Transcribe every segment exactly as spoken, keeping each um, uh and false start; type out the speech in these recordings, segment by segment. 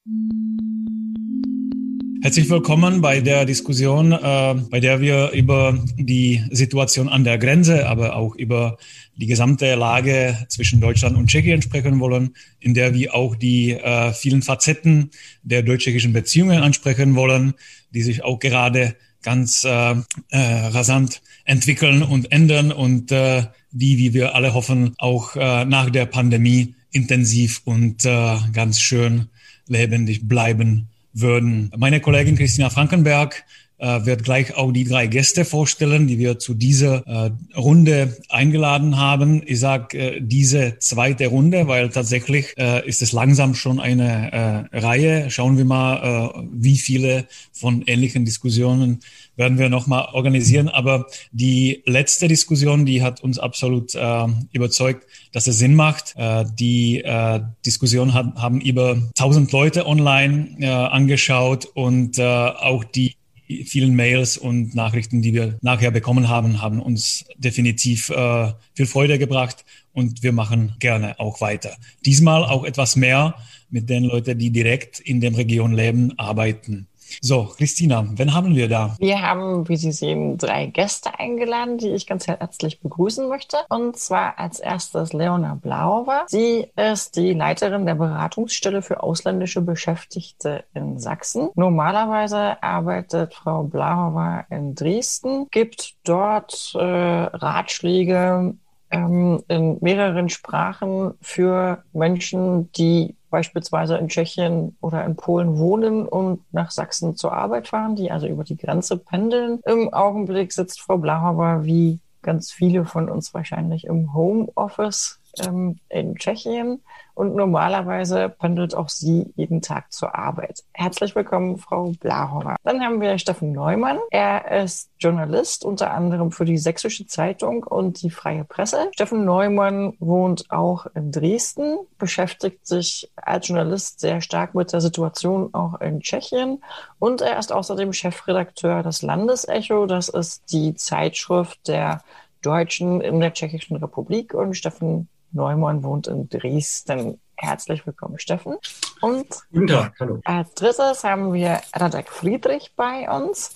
Herzlich willkommen bei der Diskussion, äh, bei der wir über die Situation an der Grenze, aber auch über die gesamte Lage zwischen Deutschland und Tschechien sprechen wollen, in der wir auch die äh, vielen Facetten der deutsch-tschechischen Beziehungen ansprechen wollen, die sich auch gerade ganz äh, äh, rasant entwickeln und ändern und äh, die, wie wir alle hoffen, auch äh, nach der Pandemie intensiv und äh, ganz schön lebendig bleiben würden. Meine Kollegin Christina Frankenberg äh, wird gleich auch die drei Gäste vorstellen, die wir zu dieser äh, Runde eingeladen haben. Ich sage äh, diese zweite Runde, weil tatsächlich äh, ist es langsam schon eine äh, Reihe. Schauen wir mal, äh, wie viele von ähnlichen Diskussionen werden wir nochmal organisieren. Aber die letzte Diskussion, die hat uns absolut äh, überzeugt, dass es Sinn macht. Äh, die äh, Diskussion hat, haben über tausend Leute online äh, angeschaut und äh, auch die vielen Mails und Nachrichten, die wir nachher bekommen haben, haben uns definitiv äh, viel Freude gebracht und wir machen gerne auch weiter. Diesmal auch etwas mehr mit den Leuten, die direkt in der Region leben, arbeiten. So, Christina, wen haben wir da? Wir haben, wie Sie sehen, drei Gäste eingeladen, die ich ganz herzlich begrüßen möchte. Und zwar als erstes Leona Blauhofer. Sie ist die Leiterin der Beratungsstelle für ausländische Beschäftigte in Sachsen. Normalerweise arbeitet Frau Blauhofer in Dresden, gibt dort äh, Ratschläge ähm, in mehreren Sprachen für Menschen, die beispielsweise in Tschechien oder in Polen wohnen und nach Sachsen zur Arbeit fahren, die also über die Grenze pendeln. Im Augenblick sitzt Frau Blauhofer, wie ganz viele von uns wahrscheinlich, im Homeoffice ähm, in Tschechien und normalerweise pendelt auch sie jeden Tag zur Arbeit. Herzlich willkommen, Frau Blauhofer. Dann haben wir Steffen Neumann. Er ist Journalist, unter anderem für die Sächsische Zeitung und die Freie Presse. Steffen Neumann wohnt auch in Dresden, beschäftigt sich als Journalist sehr stark mit der Situation auch in Tschechien und er ist außerdem Chefredakteur des Landesecho. Das ist die Zeitschrift der Deutschen in der Tschechischen Republik und Steffen Neumann wohnt in Dresden. Herzlich willkommen, Steffen. Und guten Tag, hallo. Als drittes haben wir Radek Friedrich bei uns.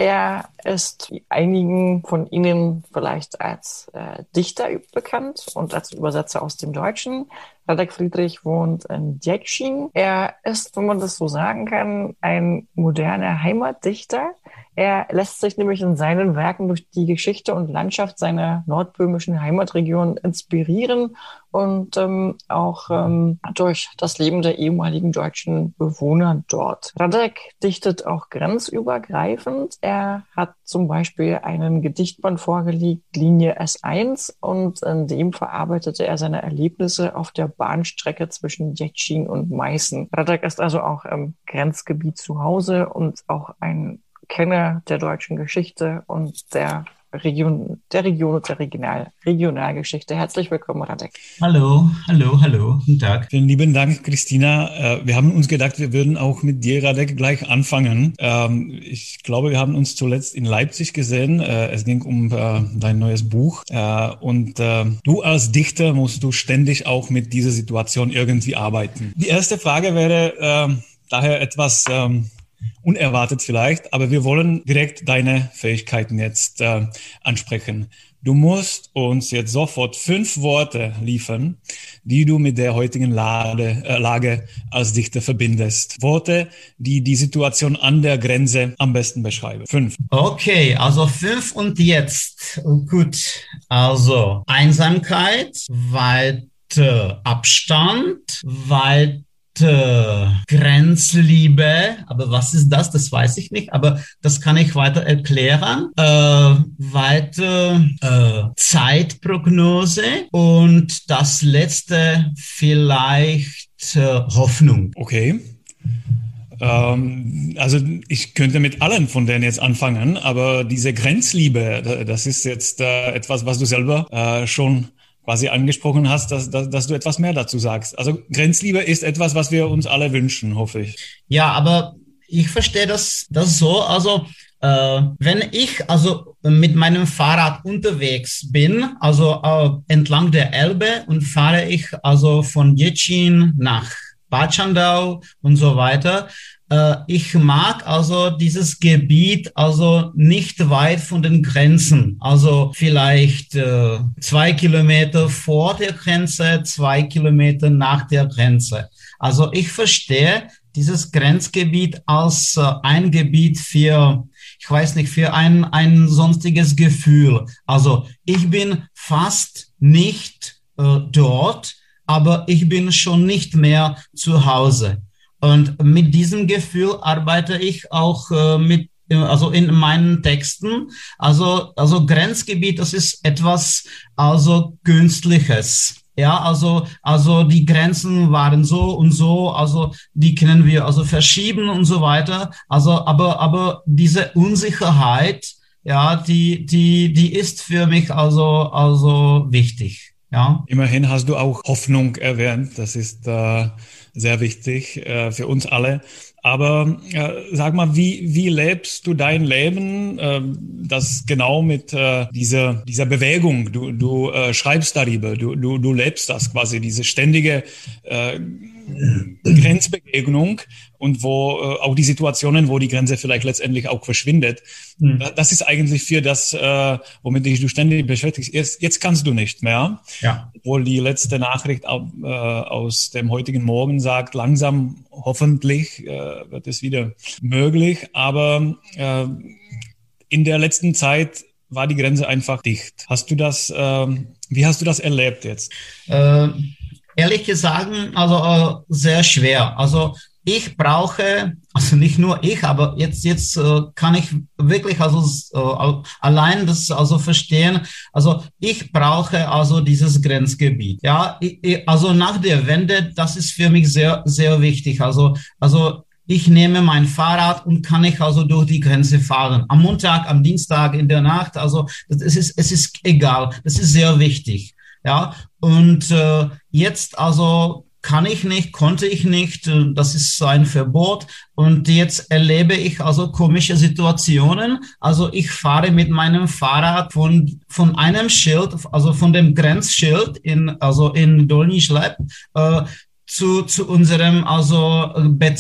Er ist einigen von Ihnen vielleicht als äh, Dichter bekannt und als Übersetzer aus dem Deutschen. Radek Friedrich wohnt in Děčín. Er ist, wenn man das so sagen kann, ein moderner Heimatdichter. Er lässt sich nämlich in seinen Werken durch die Geschichte und Landschaft seiner nordböhmischen Heimatregion inspirieren und ähm, auch ähm, durch das Leben der ehemaligen deutschen Bewohner dort. Radek dichtet auch grenzübergreifend. Er hat zum Beispiel einen Gedichtband vorgelegt, Linie S eins, und in dem verarbeitete er seine Erlebnisse auf der Bahnstrecke zwischen Děčín und Meißen. Radek ist also auch im Grenzgebiet zu Hause und auch ein Kenner der deutschen Geschichte und der Region, der Region und der Regional, Regionalgeschichte. Herzlich willkommen, Radek. Hallo, hallo, hallo, guten Tag. Vielen lieben Dank, Christina. Wir haben uns gedacht, wir würden auch mit dir, Radek, gleich anfangen. Ich glaube, wir haben uns zuletzt in Leipzig gesehen. Es ging um dein neues Buch. Und du als Dichter musst du ständig auch mit dieser Situation irgendwie arbeiten. Die erste Frage wäre daher etwas unerwartet vielleicht, aber wir wollen direkt deine Fähigkeiten jetzt äh, ansprechen. Du musst uns jetzt sofort fünf Worte liefern, die du mit der heutigen Lage, äh, Lage als Dichter verbindest. Worte, die die Situation an der Grenze am besten beschreiben. Fünf. Okay, also fünf und jetzt. Gut, also Einsamkeit, weiter Abstand, weiter Grenzliebe, aber was ist das? Das weiß ich nicht, aber das kann ich weiter erklären. Äh, weiter äh, Zeitprognose und das letzte vielleicht äh, Hoffnung. Okay. Ähm, also ich könnte mit allen von denen jetzt anfangen, aber diese Grenzliebe, das ist jetzt äh, etwas, was du selber äh, schon quasi angesprochen hast, dass, dass, dass du etwas mehr dazu sagst. Also Grenzliebe ist etwas, was wir uns alle wünschen, hoffe ich. Ja, aber ich verstehe das, das so, also äh, wenn ich also mit meinem Fahrrad unterwegs bin, also äh, entlang der Elbe und fahre ich also von Děčín nach Bachandau und so weiter. Äh, ich mag also dieses Gebiet also nicht weit von den Grenzen, also vielleicht äh, zwei Kilometer vor der Grenze, zwei Kilometer nach der Grenze. Also ich verstehe dieses Grenzgebiet als äh, ein Gebiet für, ich weiß nicht, für ein, ein sonstiges Gefühl. Also ich bin fast nicht äh, dort, aber ich bin schon nicht mehr zu Hause. Und mit diesem Gefühl arbeite ich auch äh, mit, also in meinen Texten. Also, also Grenzgebiet, das ist etwas, also Künstliches. Ja, also, also die Grenzen waren so und so, also die können wir also verschieben und so weiter. Also, aber, aber diese Unsicherheit, ja, die, die, die ist für mich also, also wichtig. Ja. Immerhin hast du auch Hoffnung erwähnt. Das ist äh, sehr wichtig äh, für uns alle. Aber äh, sag mal, wie, wie lebst du dein Leben, äh, das genau mit äh, dieser, dieser Bewegung, du, du äh, schreibst darüber, du, du, du lebst das quasi, diese ständige äh, Grenzbegegnung und wo äh, auch die Situationen, wo die Grenze vielleicht letztendlich auch verschwindet. Mhm. Das ist eigentlich für das, äh, womit dich du ständig beschäftigst. Jetzt, jetzt kannst du nicht mehr. Ja. Obwohl die letzte Nachricht äh, aus dem heutigen Morgen sagt, langsam hoffentlich äh, wird es wieder möglich. Aber äh, in der letzten Zeit war die Grenze einfach dicht. Hast du das, äh, wie hast du das erlebt jetzt? Äh, ehrlich gesagt, also äh, sehr schwer. Also ich brauche, also nicht nur ich, aber jetzt jetzt äh, kann ich wirklich also äh, allein das also verstehen. Also ich brauche also dieses Grenzgebiet. Ja, ich, also nach der Wende, das ist für mich sehr sehr wichtig. Also also ich nehme mein Fahrrad und kann ich also durch die Grenze fahren. Am Montag, am Dienstag, in der Nacht. Also es ist es ist egal. Das ist sehr wichtig. Ja, und äh, jetzt also kann ich nicht, konnte ich nicht, das ist ein Verbot. Und jetzt erlebe ich also komische Situationen. Also ich fahre mit meinem Fahrrad von, von einem Schild, also von dem Grenzschild in, also in Dolní Žleb, äh, zu, zu unserem also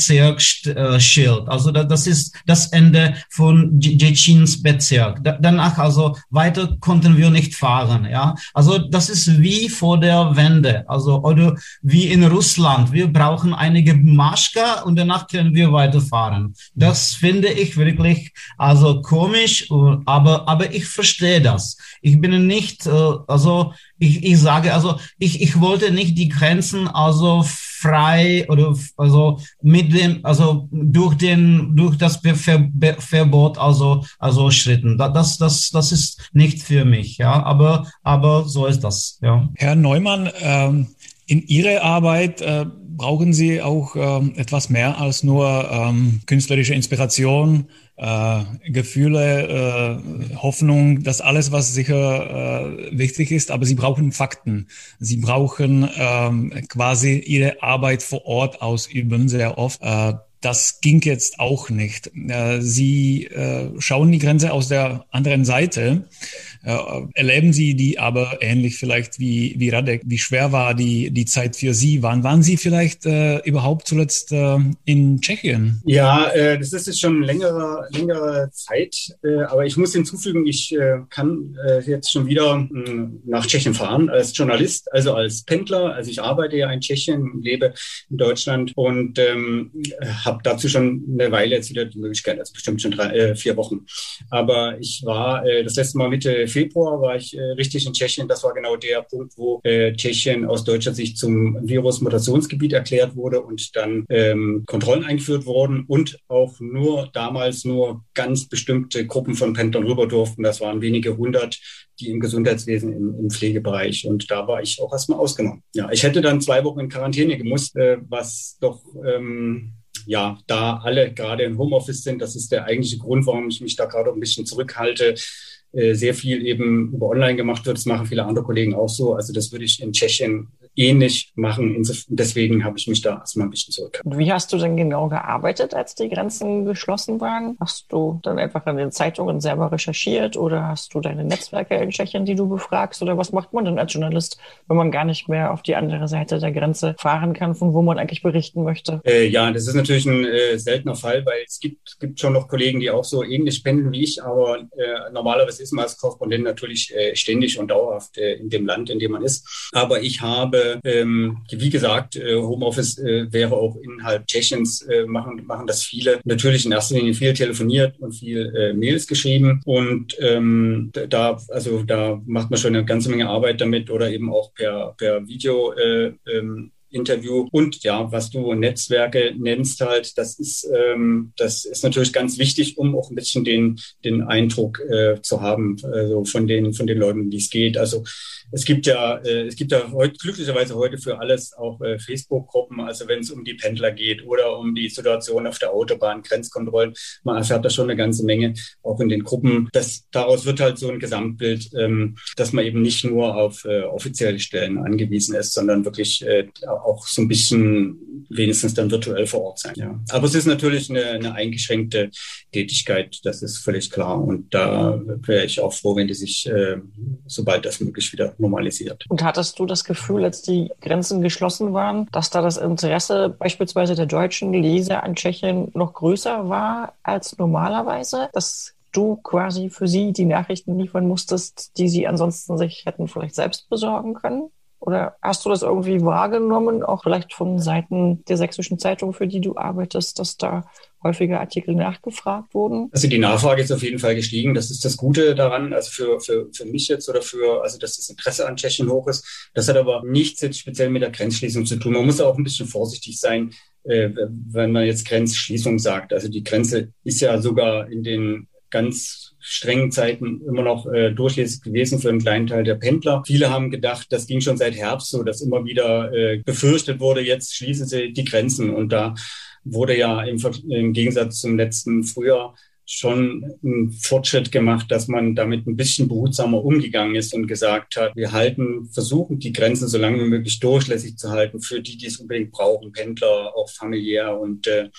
Bezirksschild. Also das ist das Ende von Děčíns Bezirk. Danach also weiter konnten wir nicht fahren. Ja, also das ist wie vor der Wende. Also oder wie in Russland. Wir brauchen einige Marschka und danach können wir weiterfahren. Das finde ich wirklich also komisch, aber aber ich verstehe das. Ich bin nicht also Ich, ich sage, also ich, ich wollte nicht die Grenzen also frei oder also mit dem, also durch den, durch das Ver, Verbot also, also schritten. Das, das, das ist nicht für mich, ja, aber, aber so ist das, ja. Herr Neumann, ähm, in Ihrer Arbeit äh, brauchen Sie auch ähm, etwas mehr als nur ähm, künstlerische Inspiration, äh, Gefühle, äh, Hoffnung, das alles, was sicher äh, wichtig ist, aber Sie brauchen Fakten. Sie brauchen ähm, quasi Ihre Arbeit vor Ort ausüben, sehr oft. Äh, das ging jetzt auch nicht. Äh, Sie äh, schauen die Grenze aus der anderen Seite. Äh, erleben Sie die aber ähnlich vielleicht wie, wie Radek? Wie schwer war die, die Zeit für Sie? Waren, waren Sie vielleicht äh, überhaupt zuletzt äh, in Tschechien? Ja, äh, das ist jetzt schon längere, längere Zeit. Äh, aber ich muss hinzufügen, ich äh, kann äh, jetzt schon wieder mh, nach Tschechien fahren als Journalist, also als Pendler. Also ich arbeite ja in Tschechien, lebe in Deutschland und ähm, habe dazu schon eine Weile jetzt wieder die Möglichkeit, also bestimmt schon drei, äh, vier Wochen. Aber ich war äh, das letzte Mal Mitte Februar war ich äh, richtig in Tschechien. Das war genau der Punkt, wo äh, Tschechien aus deutscher Sicht zum Virus-Mutationsgebiet erklärt wurde und dann ähm, Kontrollen eingeführt wurden und auch nur damals nur ganz bestimmte Gruppen von Pendlern rüber durften. Das waren wenige hundert, die im Gesundheitswesen, im, im Pflegebereich. Und da war ich auch erstmal ausgenommen. Ja, ich hätte dann zwei Wochen in Quarantäne gemusst, äh, was doch ähm, ja, da alle gerade im Homeoffice sind. Das ist der eigentliche Grund, warum ich mich da gerade ein bisschen zurückhalte. Sehr viel eben über online gemacht wird. Das machen viele andere Kollegen auch so. Also das würde ich in Tschechien ähnlich machen. Deswegen habe ich mich da erstmal ein bisschen zurückgehalten. Und wie hast du denn genau gearbeitet, als die Grenzen geschlossen waren? Hast du dann einfach in den Zeitungen selber recherchiert oder hast du deine Netzwerke in Tschechien, die du befragst? Oder was macht man denn als Journalist, wenn man gar nicht mehr auf die andere Seite der Grenze fahren kann, von wo man eigentlich berichten möchte? Äh, ja, das ist natürlich ein äh, seltener Fall, weil es gibt, gibt schon noch Kollegen, die auch so ähnlich pendeln wie ich, aber äh, normalerweise ist man als Korrespondent natürlich äh, ständig und dauerhaft äh, in dem Land, in dem man ist. Aber ich habe, ähm, wie gesagt, äh, Homeoffice äh, wäre auch innerhalb Tschechiens, äh, machen, machen das viele. Natürlich in erster Linie viel telefoniert und viel äh, Mails geschrieben und ähm, da, also da macht man schon eine ganze Menge Arbeit damit oder eben auch per, per Video äh, ähm, Interview. Und ja, was du Netzwerke nennst halt, das ist, ähm, das ist natürlich ganz wichtig, um auch ein bisschen den, den Eindruck äh, zu haben, also von den, von den Leuten, die es geht. Also es gibt ja, äh, es gibt ja heute, glücklicherweise heute für alles auch äh, Facebook-Gruppen, also wenn es um die Pendler geht oder um die Situation auf der Autobahn, Grenzkontrollen, man erfährt da schon eine ganze Menge, auch in den Gruppen. Das, daraus wird halt so ein Gesamtbild, ähm, dass man eben nicht nur auf äh, offizielle Stellen angewiesen ist, sondern wirklich äh, auch so ein bisschen wenigstens dann virtuell vor Ort sein. Ja. Aber es ist natürlich eine, eine eingeschränkte Tätigkeit, das ist völlig klar. Und da wäre ich auch froh, wenn die sich, äh, sobald das möglich, wieder normalisiert. Und hattest du das Gefühl, als die Grenzen geschlossen waren, dass da das Interesse beispielsweise der deutschen Leser an Tschechien noch größer war als normalerweise? Dass du quasi für sie die Nachrichten liefern musstest, die sie ansonsten sich hätten vielleicht selbst besorgen können? Oder hast du das irgendwie wahrgenommen, auch vielleicht von Seiten der Sächsischen Zeitung, für die du arbeitest, dass da häufige Artikel nachgefragt wurden? Also die Nachfrage ist auf jeden Fall gestiegen. Das ist das Gute daran, also für, für, für mich jetzt oder für, also dass das Interesse an Tschechien hoch ist. Das hat aber nichts jetzt speziell mit der Grenzschließung zu tun. Man muss auch ein bisschen vorsichtig sein, äh, wenn man jetzt Grenzschließung sagt. Also die Grenze ist ja sogar in den ganz strengen Zeiten immer noch äh, durchlässig gewesen für einen kleinen Teil der Pendler. Viele haben gedacht, das ging schon seit Herbst so, dass immer wieder äh, befürchtet wurde, jetzt schließen sie die Grenzen. Und da wurde ja im, im Gegensatz zum letzten Frühjahr schon ein Fortschritt gemacht, dass man damit ein bisschen behutsamer umgegangen ist und gesagt hat, wir halten, versuchen die Grenzen so lange wie möglich durchlässig zu halten für die, die es unbedingt brauchen, Pendler, auch familiär und äh,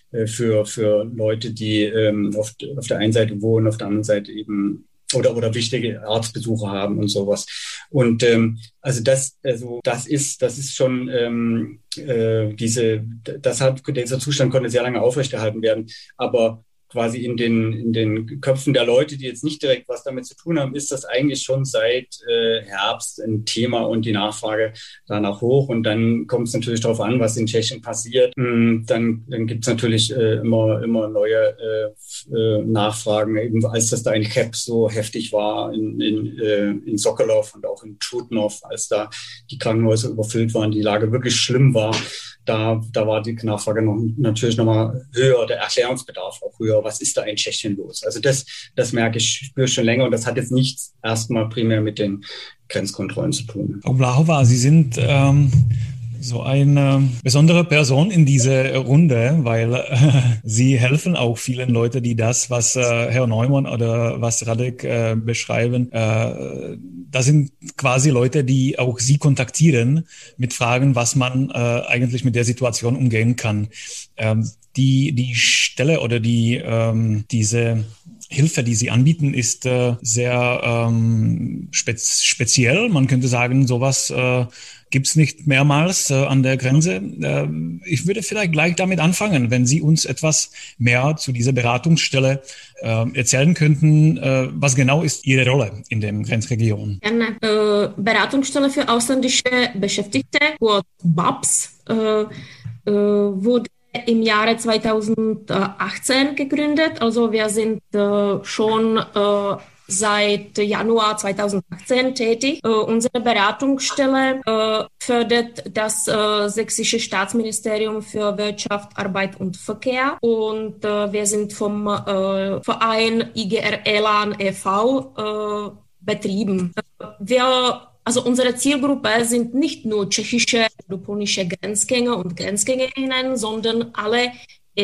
für für Leute, die ähm, auf, auf der einen Seite wohnen, auf der anderen Seite eben oder oder wichtige Arztbesuche haben und sowas. Und ähm, also das also das ist das ist schon ähm, äh, diese das hat dieser Zustand konnte sehr lange aufrechterhalten werden, aber quasi in den in den Köpfen der Leute, die jetzt nicht direkt was damit zu tun haben, ist das eigentlich schon seit äh, Herbst ein Thema und die Nachfrage danach hoch. Und dann kommt es natürlich darauf an, was in Tschechien passiert. Dann, dann gibt es natürlich äh, immer immer neue äh, äh, Nachfragen, eben als das da in Cheb so heftig war, in, in, äh, in Sokolov und auch in Trutnov, als da die Krankenhäuser überfüllt waren, die Lage wirklich schlimm war. Da, da war die Nachfrage noch, natürlich nochmal höher, der Erklärungsbedarf auch höher. Was ist da in Tschechien los? Also das, das merke ich, spüre ich schon länger und das hat jetzt nichts erstmal primär mit den Grenzkontrollen zu tun. Frau Blahova, Sie sind ähm, so eine besondere Person in dieser Runde, weil äh, Sie helfen auch vielen Leuten, die das, was äh, Herr Neumann oder was Radek äh, beschreiben, äh, das sind quasi Leute, die auch Sie kontaktieren mit Fragen, was man äh, eigentlich mit der Situation umgehen kann. Ähm, die die Stelle oder die ähm, diese Hilfe, die Sie anbieten, ist äh, sehr ähm, spez- speziell. Man könnte sagen, sowas äh, gibt's nicht mehrmals äh, an der Grenze. Äh, ich würde vielleicht gleich damit anfangen, wenn Sie uns etwas mehr zu dieser Beratungsstelle äh, erzählen könnten. Äh, was genau ist Ihre Rolle in der Grenzregion? Gerne. Äh, Beratungsstelle für ausländische Beschäftigte, kurz B A B S, äh, äh, wurde im Jahre zweitausendachtzehn gegründet. Also wir sind äh, schon äh, seit Januar zweitausendachtzehn tätig. Äh, unsere Beratungsstelle äh, fördert das äh, Sächsische Staatsministerium für Wirtschaft, Arbeit und Verkehr. Und äh, wir sind vom äh, Verein I G R Elan e V äh, betrieben. Wir Also unsere Zielgruppe sind nicht nur tschechische oder polnische Grenzgänger und Grenzgängerinnen, sondern alle E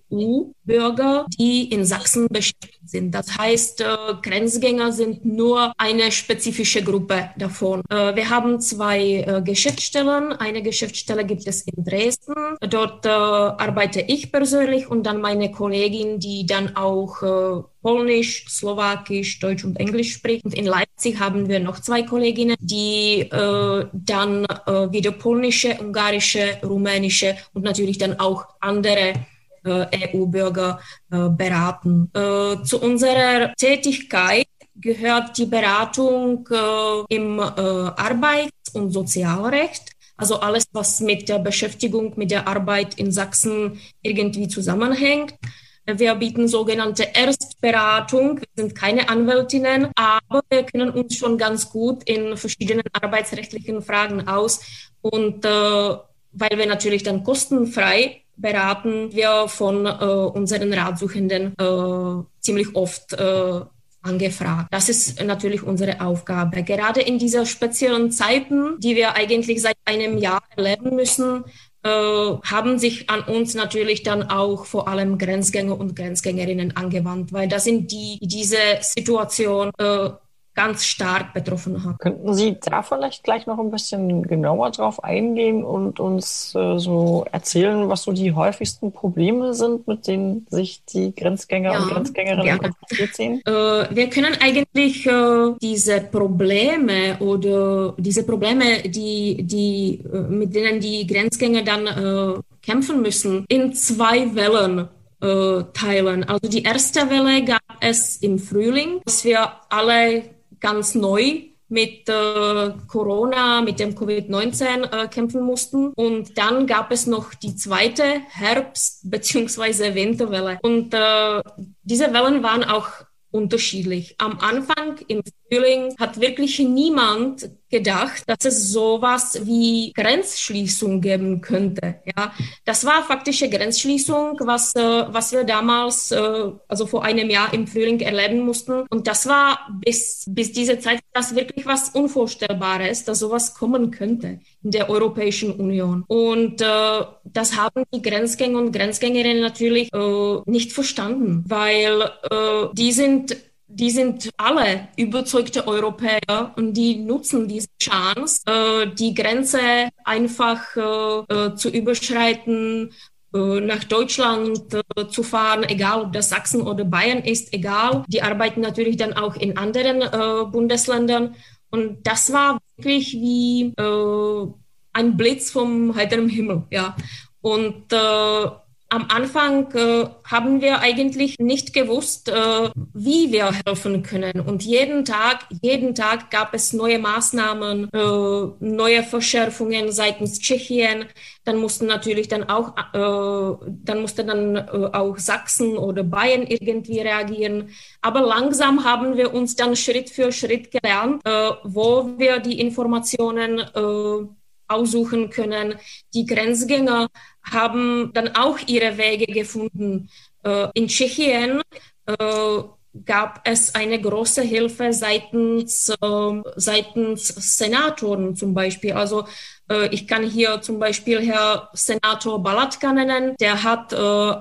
U-Bürger, die in Sachsen beschäftigt sind. Das heißt, äh, Grenzgänger sind nur eine spezifische Gruppe davon. Äh, wir haben zwei äh, Geschäftsstellen. Eine Geschäftsstelle gibt es in Dresden. Dort äh, arbeite ich persönlich und dann meine Kollegin, die dann auch äh, Polnisch, Slowakisch, Deutsch und Englisch spricht. Und in Leipzig haben wir noch zwei Kolleginnen, die äh, dann äh, wieder polnische, ungarische, rumänische und natürlich dann auch andere äh, E U-Bürger äh, beraten. Äh, zu unserer Tätigkeit gehört die Beratung äh, im äh, Arbeits- und Sozialrecht. Also alles, was mit der Beschäftigung, mit der Arbeit in Sachsen irgendwie zusammenhängt. Wir bieten sogenannte Erstberatung. Wir sind keine Anwältinnen, aber wir kennen uns schon ganz gut in verschiedenen arbeitsrechtlichen Fragen aus. Und äh, weil wir natürlich dann kostenfrei beraten, wir von äh, unseren Ratsuchenden äh, ziemlich oft äh, angefragt. Das ist natürlich unsere Aufgabe. Gerade in dieser speziellen Zeiten, die wir eigentlich seit einem Jahr erleben müssen, äh, haben sich an uns natürlich dann auch vor allem Grenzgänger und Grenzgängerinnen angewandt, weil das sind die, die diese Situation äh, ganz stark betroffen haben. Könnten Sie da vielleicht gleich noch ein bisschen genauer drauf eingehen und uns äh, so erzählen, was so die häufigsten Probleme sind, mit denen sich die Grenzgänger Ja, und Grenzgängerinnen gerne. konfrontiert sehen? Äh, wir können eigentlich äh, diese Probleme oder diese Probleme, die, die, äh, mit denen die Grenzgänger dann äh, kämpfen müssen, in zwei Wellen äh, teilen. Also die erste Welle gab es im Frühling, dass wir alle ganz neu mit äh, Corona, mit dem Covid neunzehn äh, kämpfen mussten. Und dann gab es noch die zweite Herbst- bzw. Winterwelle. Und äh, diese Wellen waren auch unterschiedlich. Am Anfang im Frühling hat wirklich niemand gedacht, dass es sowas wie Grenzschließung geben könnte. Ja, das war faktische Grenzschließung, was äh, was wir damals, äh, also vor einem Jahr im Frühling erleben mussten. Und das war bis bis diese Zeit das wirklich was Unvorstellbares, dass sowas kommen könnte in der Europäischen Union. Und äh, das haben die Grenzgänger und Grenzgängerinnen natürlich äh, nicht verstanden, weil äh, die sind Die sind alle überzeugte Europäer und die nutzen diese Chance, äh, die Grenze einfach äh, zu überschreiten, äh, nach Deutschland äh, zu fahren, egal ob das Sachsen oder Bayern ist, egal. Die arbeiten natürlich dann auch in anderen äh, Bundesländern. Und das war wirklich wie äh, ein Blitz vom heiteren Himmel, ja. Und äh, am Anfang äh, haben wir eigentlich nicht gewusst, äh, wie wir helfen können. Und jeden Tag, jeden Tag gab es neue Maßnahmen, äh, neue Verschärfungen seitens Tschechien. Dann mussten natürlich dann auch, äh, dann musste dann äh, auch Sachsen oder Bayern irgendwie reagieren. Aber langsam haben wir uns dann Schritt für Schritt gelernt, äh, wo wir die Informationen äh, aussuchen können. Die Grenzgänger haben dann auch ihre Wege gefunden. Äh, in Tschechien äh, gab es eine große Hilfe seitens, äh, seitens Senatoren zum Beispiel. Also äh, ich kann hier zum Beispiel Herr Senator Balatka nennen. Der hat äh,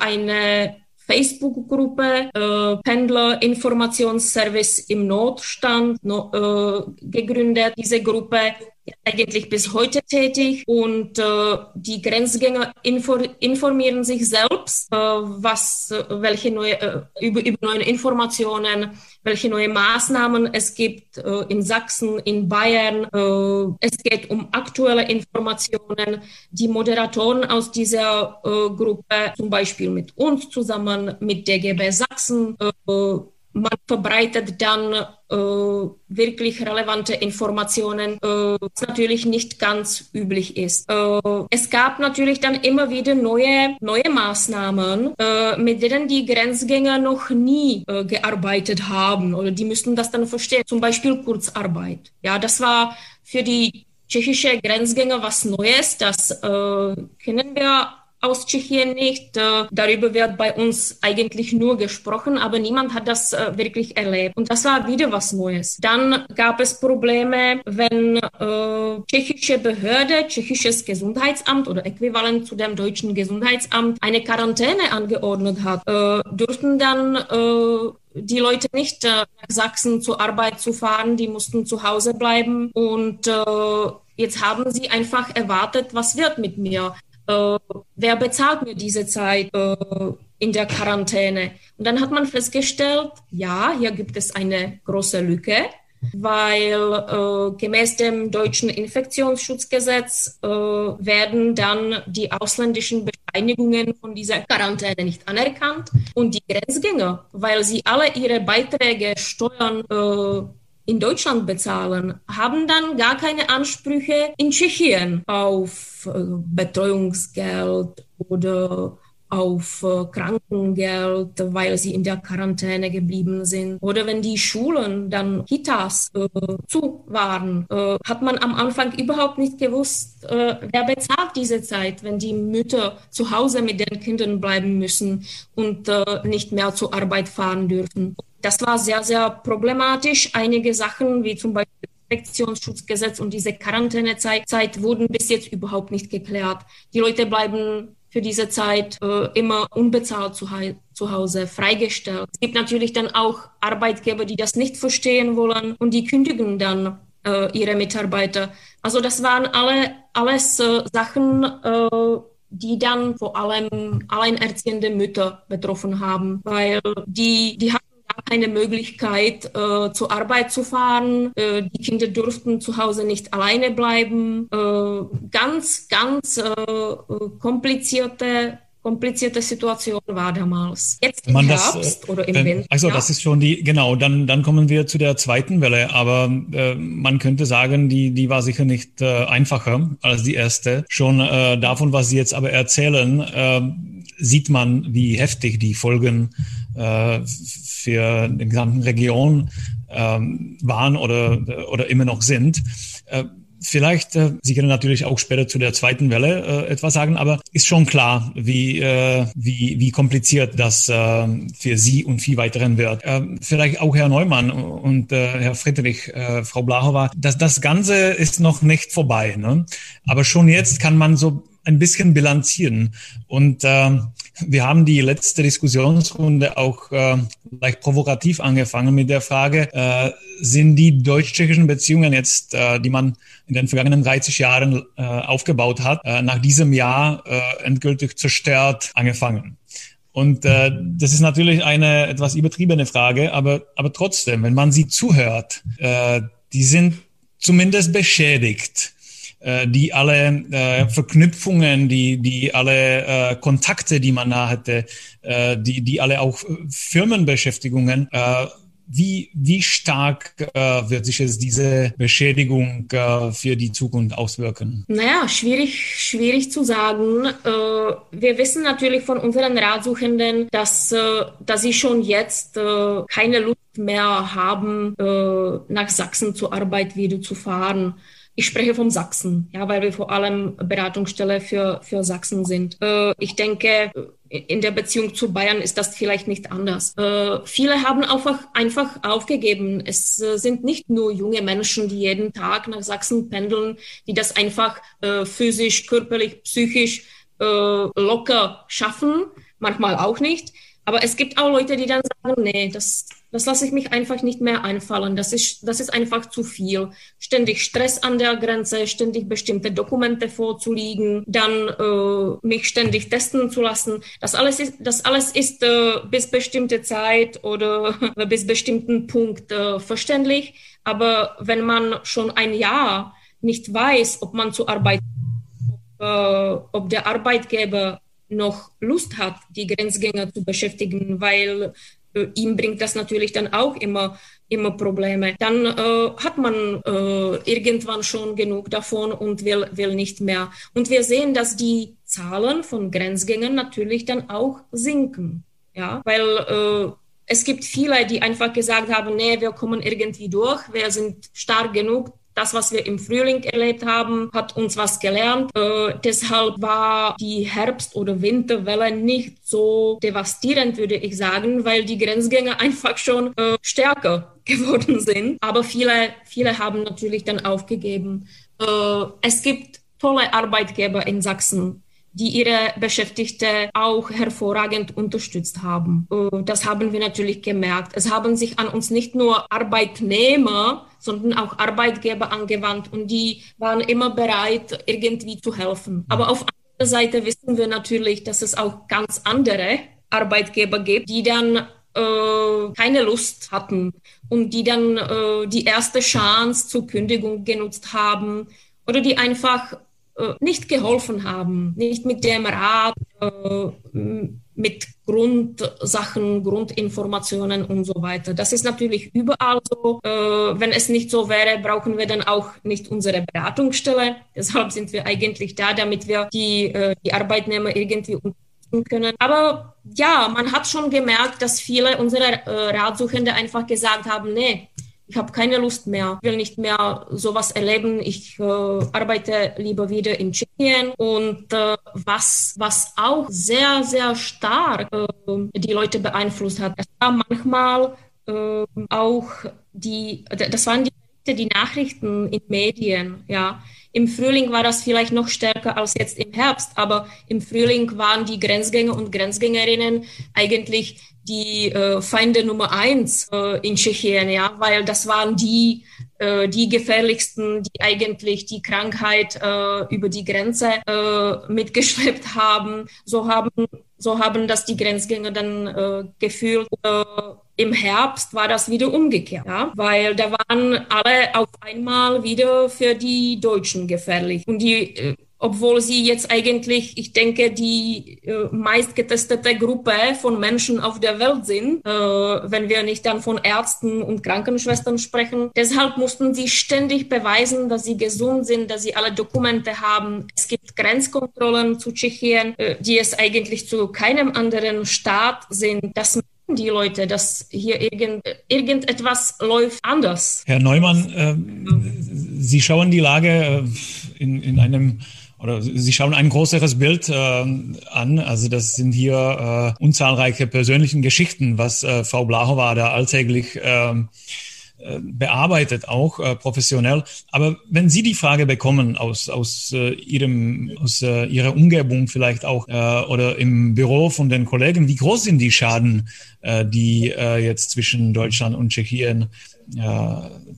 eine Facebook-Gruppe äh, Pendler-Informationsservice im Notstand no, äh, gegründet. Diese Gruppe ist eigentlich bis heute tätig und äh, die Grenzgänger info- informieren sich selbst, äh, was, äh, welche neue, äh, über, über neue Informationen, welche neue Maßnahmen es gibt äh, in Sachsen, in Bayern. Äh, es geht um aktuelle Informationen. Die Moderatoren aus dieser äh, Gruppe, zum Beispiel mit uns zusammen, mit D G B Sachsen, äh, man verbreitet dann äh, wirklich relevante Informationen, äh, was natürlich nicht ganz üblich ist. Äh, es gab natürlich dann immer wieder neue, neue Maßnahmen, äh, mit denen die Grenzgänger noch nie äh, gearbeitet haben oder die müssten das dann verstehen. Zum Beispiel Kurzarbeit. Ja, das war für die tschechische Grenzgänger was Neues. Das äh, kennen wir aus Tschechien nicht. Äh, darüber wird bei uns eigentlich nur gesprochen, aber niemand hat das äh, wirklich erlebt. Und das war wieder was Neues. Dann gab es Probleme, wenn äh, tschechische Behörde, tschechisches Gesundheitsamt oder äquivalent zu dem deutschen Gesundheitsamt eine Quarantäne angeordnet hat, äh, durften dann äh, die Leute nicht äh, nach Sachsen zur Arbeit zu fahren, die mussten zu Hause bleiben. Und äh, jetzt haben sie einfach erwartet, was wird mit mir? Äh, wer bezahlt mir diese Zeit äh, in der Quarantäne? Und dann hat man festgestellt, ja, hier gibt es eine große Lücke, weil äh, gemäß dem deutschen Infektionsschutzgesetz äh, werden dann die ausländischen Bescheinigungen von dieser Quarantäne nicht anerkannt und die Grenzgänger, weil sie alle ihre Beiträge, Steuern äh, in Deutschland bezahlen, haben dann gar keine Ansprüche in Tschechien auf äh, Betreuungsgeld oder auf äh, Krankengeld, weil sie in der Quarantäne geblieben sind. Oder wenn die Schulen, dann Kitas äh, zu waren, äh, hat man am Anfang überhaupt nicht gewusst, äh, wer bezahlt diese Zeit, wenn die Mütter zu Hause mit den Kindern bleiben müssen und äh, nicht mehr zur Arbeit fahren dürfen. Das war sehr, sehr problematisch. Einige Sachen, wie zum Beispiel das Infektionsschutzgesetz und diese Quarantänezeit, Zeit wurden bis jetzt überhaupt nicht geklärt. Die Leute bleiben für diese Zeit äh, immer unbezahlt zu, zu Hause, freigestellt. Es gibt natürlich dann auch Arbeitgeber, die das nicht verstehen wollen und die kündigen dann äh, ihre Mitarbeiter. Also das waren alle alles äh, Sachen, äh, die dann vor allem alleinerziehende Mütter betroffen haben, weil die, die haben keine Möglichkeit, äh, zur Arbeit zu fahren. Äh, die Kinder durften zu Hause nicht alleine bleiben. Äh, ganz, ganz äh, komplizierte, komplizierte Situation war damals. Jetzt im Man Herbst das, oder im äh, Winter. Also ja. das ist schon die, genau, dann, dann kommen wir zu der zweiten Welle, aber äh, man könnte sagen, die, die war sicher nicht äh, einfacher als die erste. Schon äh, davon, was Sie jetzt aber erzählen, äh, sieht man, wie heftig die Folgen äh, für die gesamte Region ähm, waren oder, oder immer noch sind. Äh, Vielleicht, äh, Sie können natürlich auch später zu der zweiten Welle äh, etwas sagen, aber ist schon klar, wie äh, wie wie kompliziert das äh, für Sie und viel weiteren wird. Äh, vielleicht auch Herr Neumann und äh, Herr Friedrich, äh, Frau Blachova, das das Ganze ist noch nicht vorbei, ne? Aber schon jetzt kann man so ein bisschen bilanzieren. Und äh, wir haben die letzte Diskussionsrunde auch äh, leicht provokativ angefangen mit der Frage, äh, sind die deutsch-tschechischen Beziehungen jetzt, äh, die man in den vergangenen dreißig Jahren äh, aufgebaut hat, äh, nach diesem Jahr äh, endgültig zerstört angefangen? Und äh, das ist natürlich eine etwas übertriebene Frage, aber, aber trotzdem, wenn man sie zuhört, äh, die sind zumindest beschädigt. Die alle äh, Verknüpfungen, die die alle äh, Kontakte, die man da hatte, äh, die die alle auch Firmenbeschäftigungen. Äh, wie wie stark äh, wird sich jetzt diese Beschädigung äh, für die Zukunft auswirken? Naja, schwierig schwierig zu sagen. Äh, wir wissen natürlich von unseren Ratsuchenden, dass äh, dass sie schon jetzt äh, keine Lust mehr haben, äh, nach Sachsen zur Arbeit wieder zu fahren. Ich spreche vom Sachsen, ja, weil wir vor allem Beratungsstelle für, für Sachsen sind. Äh, ich denke, in der Beziehung zu Bayern ist das vielleicht nicht anders. Äh, viele haben einfach, einfach aufgegeben. Es äh, sind nicht nur junge Menschen, die jeden Tag nach Sachsen pendeln, die das einfach äh, physisch, körperlich, psychisch äh, locker schaffen, manchmal auch nicht. Aber es gibt auch Leute, die dann sagen, nee, das, das lasse ich mich einfach nicht mehr einfallen. Das ist, das ist einfach zu viel. Ständig Stress an der Grenze, ständig bestimmte Dokumente vorzulegen, dann äh, mich ständig testen zu lassen. Das alles ist, das alles ist äh, bis bestimmte Zeit oder bis bestimmten Punkt äh, verständlich. Aber wenn man schon ein Jahr nicht weiß, ob man zur Arbeit, äh, ob der Arbeitgeber noch Lust hat, die Grenzgänger zu beschäftigen, weil äh, ihm bringt das natürlich dann auch immer, immer Probleme. Dann äh, hat man äh, irgendwann schon genug davon und will, will nicht mehr. Und wir sehen, dass die Zahlen von Grenzgängern natürlich dann auch sinken. Ja, weil äh, es gibt viele, die einfach gesagt haben, nee, wir kommen irgendwie durch, wir sind stark genug, das, was wir im Frühling erlebt haben, hat uns was gelernt. Äh, deshalb war die Herbst- oder Winterwelle nicht so devastierend, würde ich sagen, weil die Grenzgänger einfach schon äh, stärker geworden sind. Aber viele, viele haben natürlich dann aufgegeben. Äh, es gibt tolle Arbeitgeber in Sachsen, die ihre Beschäftigte auch hervorragend unterstützt haben. Das haben wir natürlich gemerkt. Es haben sich an uns nicht nur Arbeitnehmer, sondern auch Arbeitgeber angewandt und die waren immer bereit, irgendwie zu helfen. Aber auf der anderen Seite wissen wir natürlich, dass es auch ganz andere Arbeitgeber gibt, die dann äh, keine Lust hatten und die dann äh, die erste Chance zur Kündigung genutzt haben oder die einfach nicht geholfen haben, nicht mit dem Rat, äh, mit Grundsachen, Grundinformationen und so weiter. Das ist natürlich überall so. Äh, wenn es nicht so wäre, brauchen wir dann auch nicht unsere Beratungsstelle. Deshalb sind wir eigentlich da, damit wir die, äh, die Arbeitnehmer irgendwie unterstützen können. Aber ja, man hat schon gemerkt, dass viele unserer äh, Ratsuchende einfach gesagt haben, nee, ich habe keine Lust mehr, will nicht mehr sowas erleben. Ich äh, arbeite lieber wieder in Tschechien. Und äh, was, was auch sehr, sehr stark äh, die Leute beeinflusst hat, das war manchmal äh, auch die, das waren die, die Nachrichten in Medien, ja. Im Frühling war das vielleicht noch stärker als jetzt im Herbst, aber im Frühling waren die Grenzgänger und Grenzgängerinnen eigentlich die äh, Feinde Nummer eins äh, in Tschechien, ja, weil das waren die, äh, die gefährlichsten, die eigentlich die Krankheit äh, über die Grenze äh, mitgeschleppt haben. So haben, so haben das die Grenzgänger dann äh, gefühlt. Äh, Im Herbst war das wieder umgekehrt, ja, weil da waren alle auf einmal wieder für die Deutschen gefährlich. Und die, äh, obwohl sie jetzt eigentlich, ich denke, die äh, meistgetestete Gruppe von Menschen auf der Welt sind, äh, wenn wir nicht dann von Ärzten und Krankenschwestern sprechen. Deshalb mussten sie ständig beweisen, dass sie gesund sind, dass sie alle Dokumente haben. Es gibt Grenzkontrollen zu Tschechien, äh, die es eigentlich zu keinem anderen Staat sind. Das die Leute, dass hier irgend, irgendetwas läuft anders. Herr Neumann, äh, Sie schauen die Lage in, in einem, oder Sie schauen ein größeres Bild äh, an. Also das sind hier äh, unzahlreiche persönliche Geschichten, was äh, Frau Blachowá da alltäglich äh, bearbeitet, auch äh, professionell. Aber wenn Sie die Frage bekommen aus aus äh, Ihrem aus äh, Ihrer Umgebung vielleicht auch äh, oder im Büro von den Kollegen, wie groß sind die Schaden, äh, die äh, jetzt zwischen Deutschland und Tschechien, äh,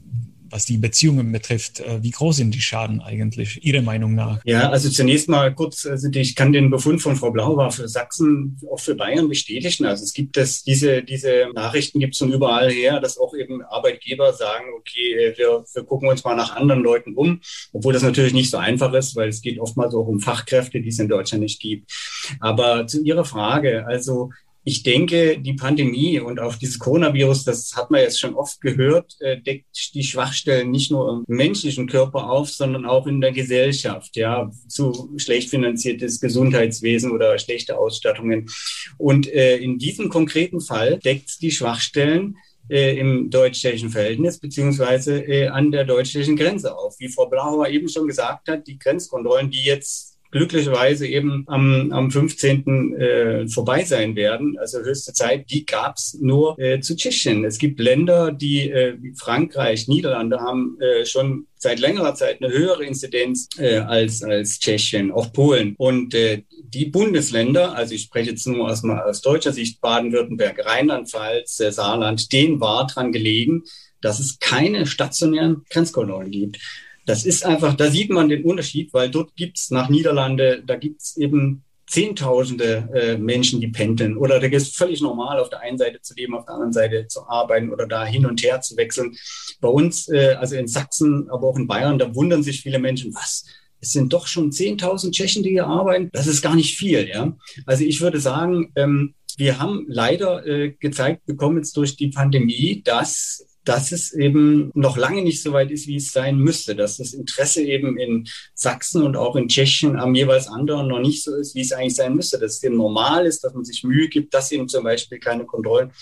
was die Beziehungen betrifft, äh, wie groß sind die Schaden eigentlich, Ihrer Meinung nach? Ja, also zunächst mal kurz, also ich kann den Befund von Frau Blachowá für Sachsen, auch für Bayern bestätigen. Also es gibt das, diese, diese Nachrichten gibt es von überall her, dass auch eben Arbeitgeber sagen, okay, wir, wir gucken uns mal nach anderen Leuten um, obwohl das natürlich nicht so einfach ist, weil es geht oftmals auch um Fachkräfte, die es in Deutschland nicht gibt. Aber zu Ihrer Frage, also ich denke, die Pandemie und auch dieses Coronavirus, das hat man jetzt schon oft gehört, deckt die Schwachstellen nicht nur im menschlichen Körper auf, sondern auch in der Gesellschaft, ja, zu schlecht finanziertes Gesundheitswesen oder schlechte Ausstattungen. Und äh, in diesem konkreten Fall deckt die Schwachstellen äh, im deutsch-tschechischen Verhältnis beziehungsweise äh, an der deutsch-tschechischen Grenze auf. Wie Frau Blachowá eben schon gesagt hat, die Grenzkontrollen, die jetzt glücklicherweise eben am, am fünfzehnten Äh, vorbei sein werden, also höchste Zeit, die gab's nur äh, zu Tschechien. Es gibt Länder, die äh, wie Frankreich, Niederlande haben äh, schon seit längerer Zeit eine höhere Inzidenz äh, als als Tschechien, auch Polen. Und äh, die Bundesländer, also ich spreche jetzt nur erstmal aus deutscher Sicht, Baden-Württemberg, Rheinland-Pfalz, äh, Saarland, denen war dran gelegen, dass es keine stationären Grenzkontrollen gibt. Das ist einfach, da sieht man den Unterschied, weil dort gibt's nach Niederlande, da gibt's eben Zehntausende äh, Menschen, die pendeln. Oder da ist es völlig normal, auf der einen Seite zu leben, auf der anderen Seite zu arbeiten oder da hin und her zu wechseln. Bei uns, äh, also in Sachsen, aber auch in Bayern, da wundern sich viele Menschen, was? Es sind doch schon zehntausend Tschechen, die hier arbeiten. Das ist gar nicht viel, ja. Also ich würde sagen, ähm, wir haben leider äh, gezeigt bekommen jetzt durch die Pandemie, dass dass es eben noch lange nicht so weit ist, wie es sein müsste, dass das Interesse eben in Sachsen und auch in Tschechien am jeweils anderen noch nicht so ist, wie es eigentlich sein müsste, dass es eben normal ist, dass man sich Mühe gibt, dass eben zum Beispiel keine Kontrollen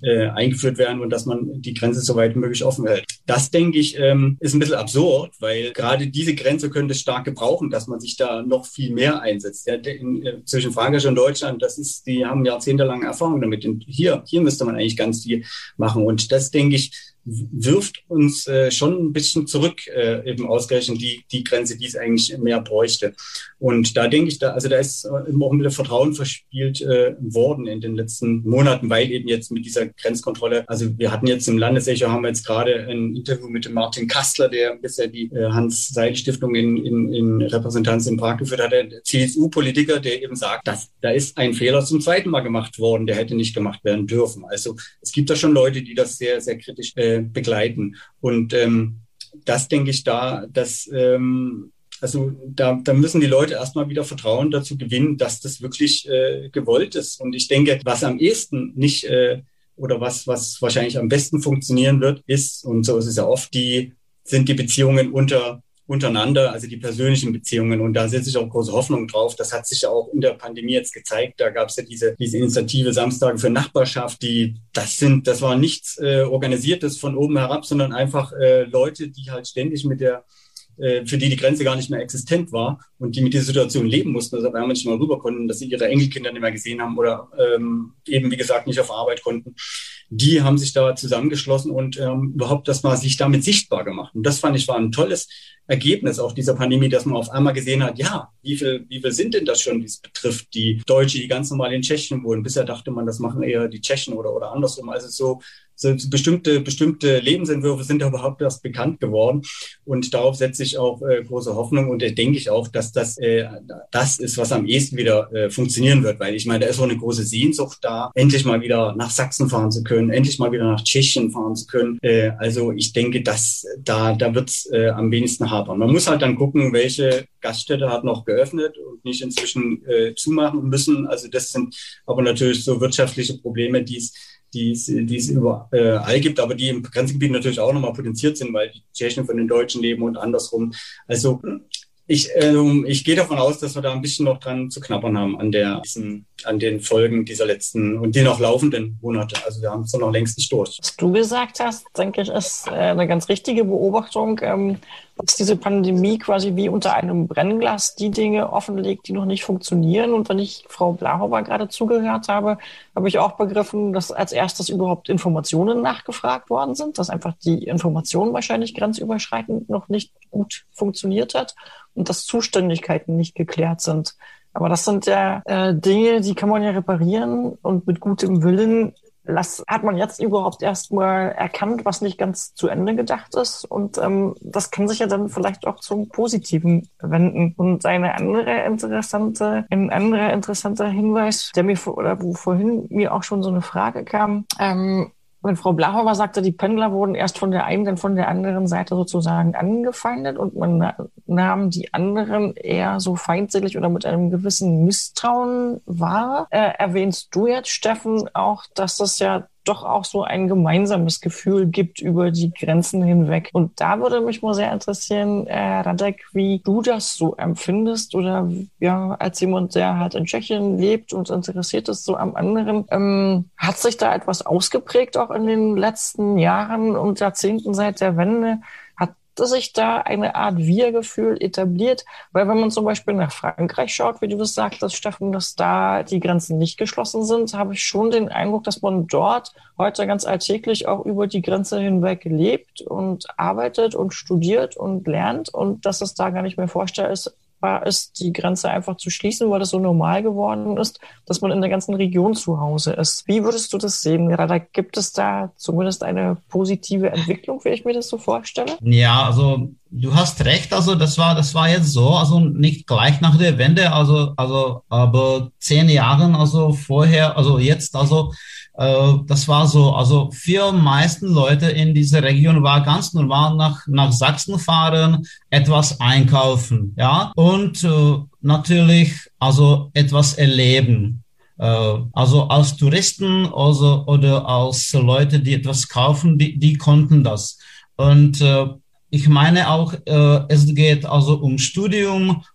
äh, eingeführt werden und dass man die Grenze so weit wie möglich offen hält. Das, denke ich, ähm, ist ein bisschen absurd, weil gerade diese Grenze könnte es stark gebrauchen, dass man sich da noch viel mehr einsetzt. Ja, in, in, zwischen Frankreich und Deutschland, das ist, die haben jahrzehntelange Erfahrung damit. Und hier, hier müsste man eigentlich ganz viel machen. Und das, denke ich, wirft uns äh, schon ein bisschen zurück, äh, eben ausgerechnet die, die Grenze, die es eigentlich mehr bräuchte. Und da denke ich, da, also da ist äh, immer auch ein bisschen Vertrauen verspielt äh, worden in den letzten Monaten, weil eben jetzt mit dieser Grenzkontrolle, also wir hatten jetzt im Landesecho, haben wir jetzt gerade ein Interview mit dem Martin Kastler, der bisher die äh, Hans-Seidel-Stiftung in, in, in Repräsentanz in Prag geführt hat, der C S U-Politiker, der eben sagt, dass da ist ein Fehler zum zweiten Mal gemacht worden, der hätte nicht gemacht werden dürfen. Also es gibt da schon Leute, die das sehr, sehr kritisch äh, begleiten. Und ähm, das denke ich da, dass ähm, also da, da müssen die Leute erstmal wieder Vertrauen dazu gewinnen, dass das wirklich äh, gewollt ist. Und ich denke, was am ehesten nicht äh, oder was, was wahrscheinlich am besten funktionieren wird, ist, und so ist es ja oft, die sind die Beziehungen unter untereinander, also die persönlichen Beziehungen. Und da setze ich auch große Hoffnung drauf. Das hat sich ja auch in der Pandemie jetzt gezeigt. Da gab es ja diese, diese Initiative Samstage für Nachbarschaft, die, das sind, das war nichts äh, Organisiertes von oben herab, sondern einfach äh, Leute, die halt ständig mit der, äh, für die die Grenze gar nicht mehr existent war und die mit dieser Situation leben mussten, also weil manchmal rüber konnten, dass sie ihre Enkelkinder nicht mehr gesehen haben oder ähm, eben, wie gesagt, nicht auf Arbeit konnten. Die haben sich da zusammengeschlossen und ähm, überhaupt das mal sich damit sichtbar gemacht. Und das fand ich war ein tolles Ergebnis auch dieser Pandemie, dass man auf einmal gesehen hat, ja, wie viel, wie viel sind denn das schon, die es betrifft, die Deutsche, die ganz normal in Tschechien wohnen. Bisher dachte man, das machen eher die Tschechen oder, oder andersrum. Also so, so bestimmte, bestimmte Lebensentwürfe sind da überhaupt erst bekannt geworden. Und darauf setze ich auch äh, große Hoffnung. Und da denke ich auch, dass das äh, das ist, was am ehesten wieder äh, funktionieren wird. Weil ich meine, da ist so eine große Sehnsucht da, endlich mal wieder nach Sachsen fahren zu können, endlich mal wieder nach Tschechien fahren zu können. Äh, also ich denke, dass da, da wird es äh, am wenigsten hapern. Man muss halt dann gucken, welche Gaststätte hat noch geöffnet und nicht inzwischen äh, zumachen müssen. Also das sind aber natürlich so wirtschaftliche Probleme, die es die es, die es überall gibt, aber die im Grenzgebiet natürlich auch nochmal potenziert sind, weil die Tschechen von den Deutschen leben und andersrum. Also ich, ähm, ich gehe davon aus, dass wir da ein bisschen noch dran zu knabbern haben an der, diesen, an den Folgen dieser letzten und die noch laufenden Monate. Also wir haben es noch längst nicht durch. Was du gesagt hast, denke ich, ist äh, eine ganz richtige Beobachtung, ähm, dass diese Pandemie quasi wie unter einem Brennglas die Dinge offenlegt, die noch nicht funktionieren. Und wenn ich Frau Blauhofer gerade zugehört habe, habe ich auch begriffen, dass als erstes überhaupt Informationen nachgefragt worden sind, dass einfach die Information wahrscheinlich grenzüberschreitend noch nicht gut funktioniert hat und dass Zuständigkeiten nicht geklärt sind. Aber das sind ja äh, Dinge, die kann man ja reparieren und mit gutem Willen Das hat man jetzt überhaupt erstmal erkannt, was nicht ganz zu Ende gedacht ist. Und ähm, das kann sich ja dann vielleicht auch zum Positiven wenden. Und eine andere interessante, ein anderer interessanter Hinweis, der mir vor, oder wo vorhin mir auch schon so eine Frage kam, ähm, wenn Frau Blauhofer sagte, die Pendler wurden erst von der einen, dann von der anderen Seite sozusagen angefeindet und man nahm die anderen eher so feindselig oder mit einem gewissen Misstrauen wahr. Äh, erwähnst du jetzt, Steffen, auch, dass das ja doch auch so ein gemeinsames Gefühl gibt über die Grenzen hinweg. Und da würde mich mal sehr interessieren, äh, Radek, wie du das so empfindest oder ja, als jemand, der halt in Tschechien lebt und interessiert ist so am anderen, ähm, hat sich da etwas ausgeprägt auch in den letzten Jahren und Jahrzehnten seit der Wende? Dass sich da eine Art Wir-Gefühl etabliert, weil wenn man zum Beispiel nach Frankreich schaut, wie du das sagtest, Steffen, dass da die Grenzen nicht geschlossen sind, habe ich schon den Eindruck, dass man dort heute ganz alltäglich auch über die Grenze hinweg lebt und arbeitet und studiert und lernt und dass es da gar nicht mehr vorstellbar ist, ist, die Grenze einfach zu schließen, weil das so normal geworden ist, dass man in der ganzen Region zu Hause ist. Wie würdest du das sehen? Gerade gibt es da zumindest eine positive Entwicklung, wie ich mir das so vorstelle? Ja, also du hast recht, also das war, das war jetzt so, also nicht gleich nach der Wende, also, also, aber zehn Jahren, also vorher, also jetzt, also, äh, das war so, also für meisten Leute in dieser Region war ganz normal nach, nach Sachsen fahren, etwas einkaufen, ja, und äh, natürlich, also etwas erleben. Äh, also als Touristen also, oder als Leute, die etwas kaufen, die, die konnten das. Und äh, ich meine auch, äh, es geht also um Studium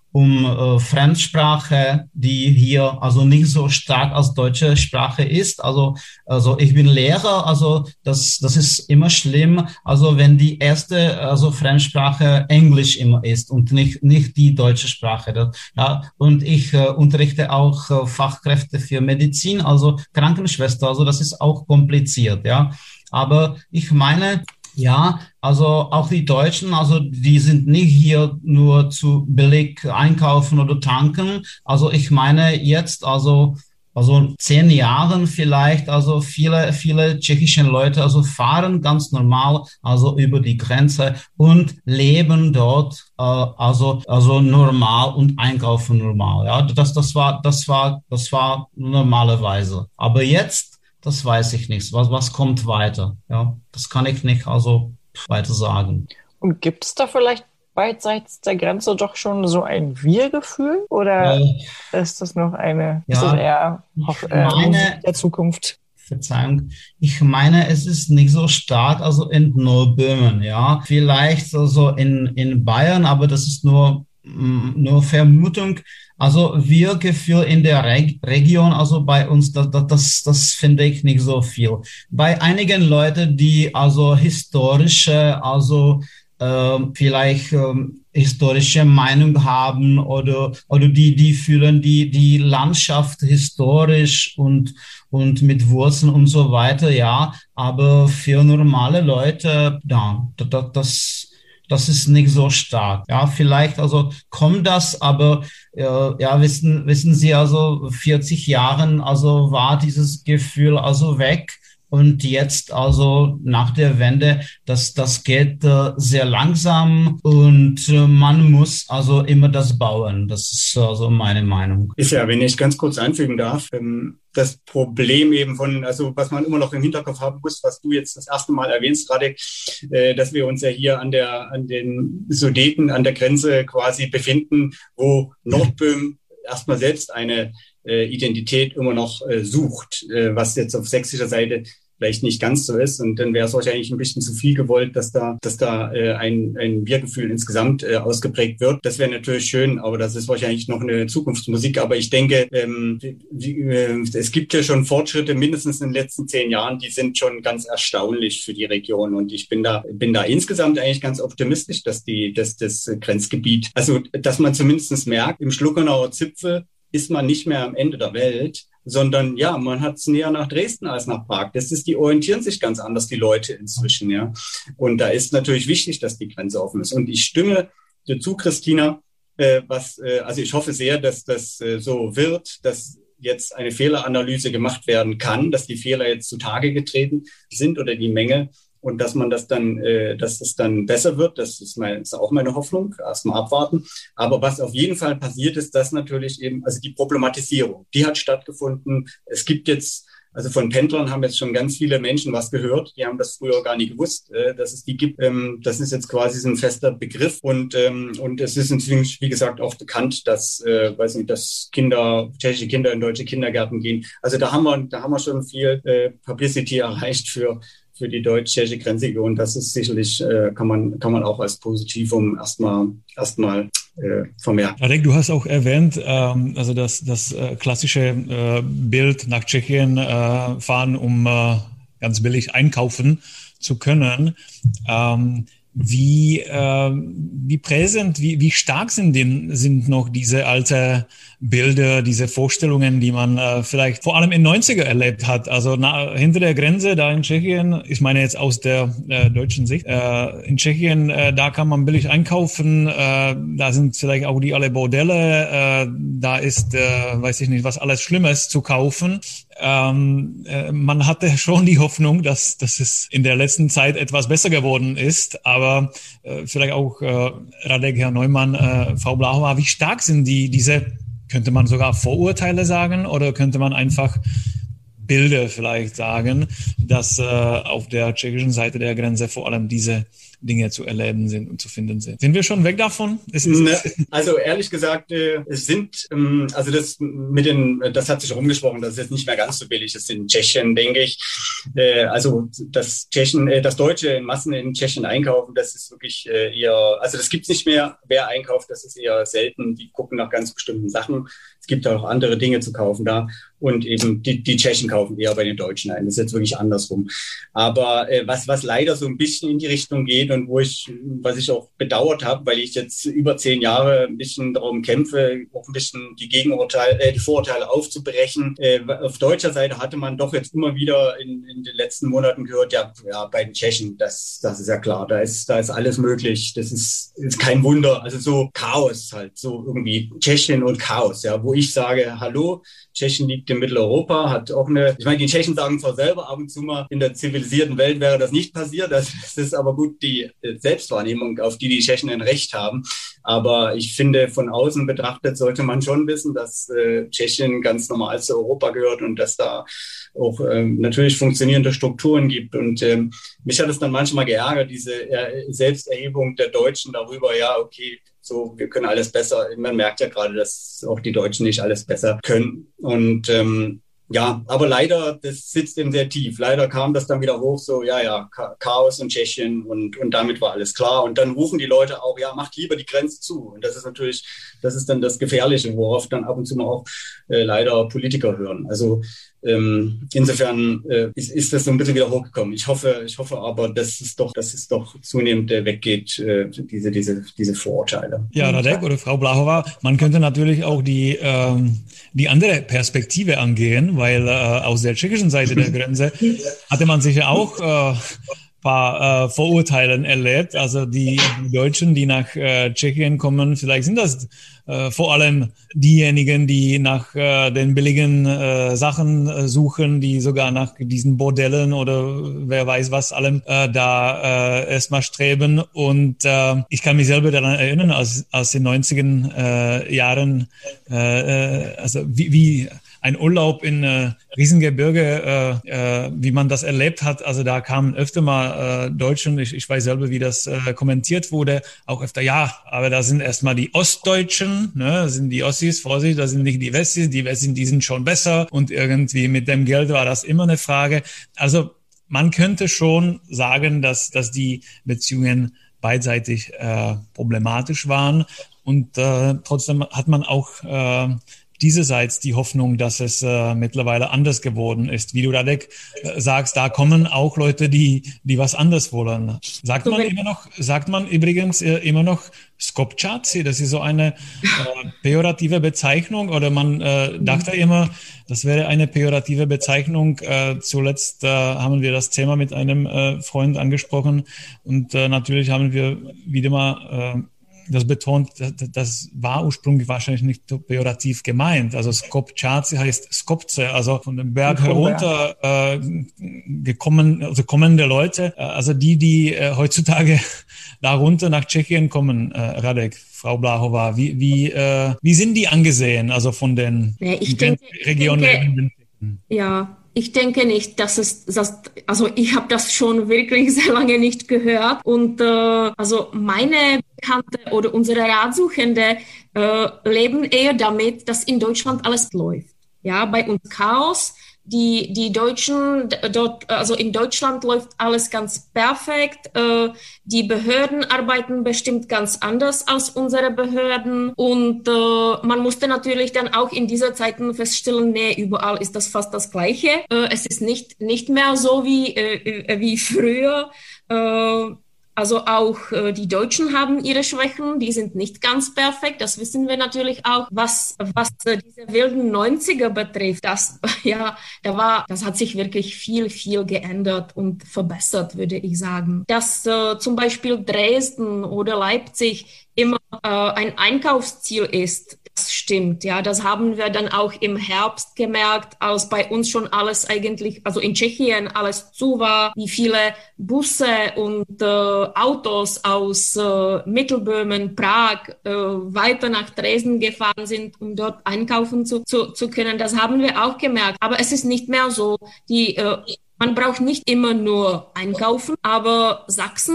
um äh, Fremdsprache, die hier also nicht so stark als deutsche Sprache ist. Also, also ich bin Lehrer, also das, das ist immer schlimm. Also wenn die erste also Fremdsprache Englisch immer ist und nicht, nicht die deutsche Sprache. Das, ja, und ich äh, unterrichte auch äh, Fachkräfte für Medizin, also Krankenschwester. Also das ist auch kompliziert, ja. Aber ich meine, ja, also auch die Deutschen, also die sind nicht hier nur zu billig einkaufen oder tanken. Also ich meine jetzt, also also zehn Jahren vielleicht, also viele viele tschechische Leute also fahren ganz normal also über die Grenze und leben dort äh, also also normal und einkaufen normal. Ja, das das war das war das war normalerweise. Aber jetzt das weiß ich nicht. Was, was kommt weiter? Ja, das kann ich nicht also weiter sagen. Und gibt es da vielleicht beidseits der Grenze doch schon so ein Wir-Gefühl? Oder äh, ist das noch eine, ja, ist das eher auf, äh, meine, der Zukunft? Verzeihung, ich meine, es ist nicht so stark, also in Nordböhmen, ja. Vielleicht so also in, in Bayern, aber das ist nur, nur Vermutung. Also Wir-Gefühl in der Reg- Region, also bei uns, das, das, das finde ich nicht so viel. Bei einigen Leuten, die also historische, also äh, vielleicht äh, historische Meinung haben oder oder die die fühlen die die Landschaft historisch und und mit Wurzeln und so weiter, ja. Aber für normale Leute, ja, das, das Das ist nicht so stark. Ja, vielleicht also kommt das, aber äh, ja, wissen wissen Sie, also vierzig Jahren, also war dieses Gefühl also weg. Und jetzt also nach der Wende, das das geht äh, sehr langsam und äh, man muss also immer das bauen. Das ist also meine Meinung. Ist ja, wenn ich ganz kurz anfügen darf, ähm das Problem eben von, also was man immer noch im Hinterkopf haben muss, was du jetzt das erste Mal erwähnst, Radek, äh, dass wir uns ja hier an der, an den Sudeten, an der Grenze quasi befinden, wo Nordböhmen erstmal selbst eine äh, Identität immer noch äh, sucht, äh, was jetzt auf sächsischer Seite vielleicht nicht ganz so ist. Und dann wäre es wahrscheinlich ein bisschen zu viel gewollt, dass da, dass da äh, ein, ein Wir-Gefühl insgesamt äh, ausgeprägt wird. Das wäre natürlich schön, aber das ist wahrscheinlich noch eine Zukunftsmusik. Aber ich denke, ähm, wie, äh, es gibt ja schon Fortschritte, mindestens in den letzten zehn Jahren, die sind schon ganz erstaunlich für die Region. Und ich bin da, bin da insgesamt eigentlich ganz optimistisch, dass die, dass das Grenzgebiet, also dass man zumindest merkt, im Schluckenauer Zipfel ist man nicht mehr am Ende der Welt, sondern ja, man hat es näher nach Dresden als nach Prag. Das ist, die orientieren sich ganz anders, die Leute inzwischen, ja. Und da ist natürlich wichtig, dass die Grenze offen ist. Und ich stimme dir zu, Christina, äh, was, äh, also ich hoffe sehr, dass das äh, so wird, dass jetzt eine Fehleranalyse gemacht werden kann, dass die Fehler jetzt zutage getreten sind oder die Menge. Und dass man das dann, äh, dass es dann besser wird, das ist, mein, ist auch meine Hoffnung. Erstmal abwarten. Aber was auf jeden Fall passiert ist, dass natürlich eben, also die Problematisierung, die hat stattgefunden. Es gibt jetzt, also von Pendlern haben jetzt schon ganz viele Menschen was gehört. Die haben das früher gar nicht gewusst, äh, dass es die gibt. Ähm, das ist jetzt quasi so ein fester Begriff. Und ähm, und es ist inzwischen, wie gesagt, auch bekannt, dass, äh, weiß nicht, dass Kinder, tschechische Kinder in deutsche Kindergärten gehen. Also da haben wir, da haben wir schon viel äh, Publicity erreicht für für die deutsch-tschechische Grenzregion. Das ist sicherlich, äh, kann man kann man auch als Positivum erstmal erstmal äh, vermerken. Radek, du hast auch erwähnt, ähm, also das das äh, klassische äh, Bild nach Tschechien äh, fahren, um äh, ganz billig einkaufen zu können. Ähm, Wie, äh, wie präsent, wie, wie stark sind, denn, sind noch diese alten Bilder, diese Vorstellungen, die man äh, vielleicht vor allem in den neunziger erlebt hat? Also na, hinter der Grenze da in Tschechien, ich meine jetzt aus der äh, deutschen Sicht, äh, in Tschechien, äh, da kann man billig einkaufen, äh, da sind vielleicht auch die alle Bordelle, äh, da ist, äh, weiß ich nicht, was alles Schlimmes zu kaufen. Ähm, äh, man hatte schon die Hoffnung, dass, dass es in der letzten Zeit etwas besser geworden ist, aber äh, vielleicht auch äh, Radek, Herr Neumann, äh, Frau Blachova, wie stark sind die diese, könnte man sogar Vorurteile sagen oder könnte man einfach Bilder vielleicht sagen, dass äh, auf der tschechischen Seite der Grenze vor allem diese Dinge zu erleben sind und zu finden sind. Sind wir schon weg davon? Es ist ne, also ehrlich gesagt, äh, es sind, ähm, also das mit den, das hat sich rumgesprochen, das ist jetzt nicht mehr ganz so billig. Das sind Tschechien, denke ich. Äh, also das Tschechen, äh, das Deutsche in Massen in Tschechien einkaufen, das ist wirklich äh, eher, also das gibt's nicht mehr. Wer einkauft, das ist eher selten. Die gucken nach ganz bestimmten Sachen. Es gibt auch andere Dinge zu kaufen da. Und eben die, die Tschechen kaufen eher bei den Deutschen ein. Das ist jetzt wirklich andersrum. Aber äh, was, was leider so ein bisschen in die Richtung geht und wo ich, was ich auch bedauert habe, weil ich jetzt über zehn Jahre ein bisschen darum kämpfe, auch ein bisschen die Gegenurteile, äh, die Vorurteile aufzubrechen. Äh, auf deutscher Seite hatte man doch jetzt immer wieder in, in den letzten Monaten gehört, ja, ja, bei den Tschechen, das, das ist ja klar, da ist, da ist alles möglich. Das ist, ist kein Wunder. Also so Chaos halt, so irgendwie Tschechien und Chaos, ja, wo ich sage, hallo, Tschechien liegt in Mitteleuropa, hat auch eine, ich meine, die Tschechen sagen zwar selber ab und zu mal, in der zivilisierten Welt wäre das nicht passiert, das, das ist aber gut die Selbstwahrnehmung, auf die die Tschechen ein Recht haben. Aber ich finde, von außen betrachtet sollte man schon wissen, dass äh, Tschechien ganz normal zu Europa gehört und dass da auch ähm, natürlich funktionierende Strukturen gibt. Und ähm, mich hat es dann manchmal geärgert, diese äh, Selbsterhebung der Deutschen darüber, ja, okay, so, wir können alles besser. Man merkt ja gerade, dass auch die Deutschen nicht alles besser können. Und ähm, ja, aber leider, das sitzt eben sehr tief. Leider kam das dann wieder hoch, so, ja, ja, Chaos in Tschechien und, und damit war alles klar. Und dann rufen die Leute auch, ja, macht lieber die Grenze zu. Und das ist natürlich, das ist dann das Gefährliche, worauf dann ab und zu mal auch äh, leider Politiker hören. Also ähm, insofern äh, ist, ist das so ein bisschen wieder hochgekommen. Ich hoffe, ich hoffe aber, dass es doch, dass es doch zunehmend äh, weggeht, äh, diese, diese, diese Vorurteile. Ja, Radek oder Frau Blachowá, man könnte natürlich auch die, ähm, die andere Perspektive angehen, weil äh, aus der tschechischen Seite der Grenze hatte man sicher auch äh, paar äh, Vorurteilen erlebt. Also die, die Deutschen, die nach äh, Tschechien kommen, vielleicht sind das äh, vor allem diejenigen, die nach äh, den billigen äh, Sachen äh, suchen, die sogar nach diesen Bordellen oder wer weiß was allem äh, da äh, erstmal streben. Und äh, ich kann mich selber daran erinnern, als aus den neunziger äh, Jahren, äh, also wie, wie ein Urlaub in äh, Riesengebirge, äh, äh, wie man das erlebt hat. Also da kamen öfter mal äh, Deutschen, ich, ich weiß selber, wie das äh, kommentiert wurde, auch öfter, ja, aber da sind erstmal die Ostdeutschen, ne, sind die Ossis, Vorsicht, da sind nicht die Wessis, die Wessis, die sind schon besser und irgendwie mit dem Geld war das immer eine Frage. Also man könnte schon sagen, dass, dass die Beziehungen beidseitig äh, problematisch waren und äh, trotzdem hat man auch äh, dieserseits die Hoffnung, dass es äh, mittlerweile anders geworden ist. Wie du, Radek, äh, sagst, da kommen auch Leute, die die was anderes wollen. Sagt man immer noch, sagt man übrigens äh, immer noch Skopčáci? Das ist so eine äh, pejorative Bezeichnung oder man äh, dachte immer, das wäre eine pejorative Bezeichnung. Äh, zuletzt äh, haben wir das Thema mit einem äh, Freund angesprochen und äh, natürlich haben wir wieder mal äh, das betont, das, das war ursprünglich wahrscheinlich nicht pejorativ gemeint. Also Skopčáci heißt Skopce, also von dem Berg herunter äh, gekommen, also kommende Leute, äh, also die, die äh, heutzutage da runter nach Tschechien kommen, äh, Radek, Frau Blachowá, wie, wie, äh, wie sind die angesehen, also von den nee, ich denke, Regionen? Ich denke, ja, ich denke nicht, dass es, das, also ich habe das schon wirklich sehr lange nicht gehört und äh, also meine Bekannte oder unsere Ratsuchende äh, leben eher damit, dass in Deutschland alles läuft. Ja, bei uns Chaos. Die, die Deutschen, dort, also in Deutschland läuft alles ganz perfekt. Äh, die Behörden arbeiten bestimmt ganz anders als unsere Behörden. Und äh, man musste natürlich dann auch in dieser Zeiten feststellen, nee, überall ist das fast das Gleiche. Äh, es ist nicht, nicht mehr so wie, äh, wie früher. Äh, Also auch äh, die Deutschen haben ihre Schwächen, die sind nicht ganz perfekt, das wissen wir natürlich auch. Was, was äh, diese wilden neunziger betrifft, das, ja, da war, das hat sich wirklich viel, viel geändert und verbessert, würde ich sagen. Dass äh, zum Beispiel Dresden oder Leipzig immer äh, ein Einkaufsziel ist, das stimmt, ja, das haben wir dann auch im Herbst gemerkt, als bei uns schon alles eigentlich, also in Tschechien alles zu war, wie viele Busse und äh, Autos aus äh, Mittelböhmen, Prag äh, weiter nach Dresden gefahren sind, um dort einkaufen zu, zu, zu können. Das haben wir auch gemerkt. Aber es ist nicht mehr so. Die, äh, man braucht nicht immer nur einkaufen, aber Sachsen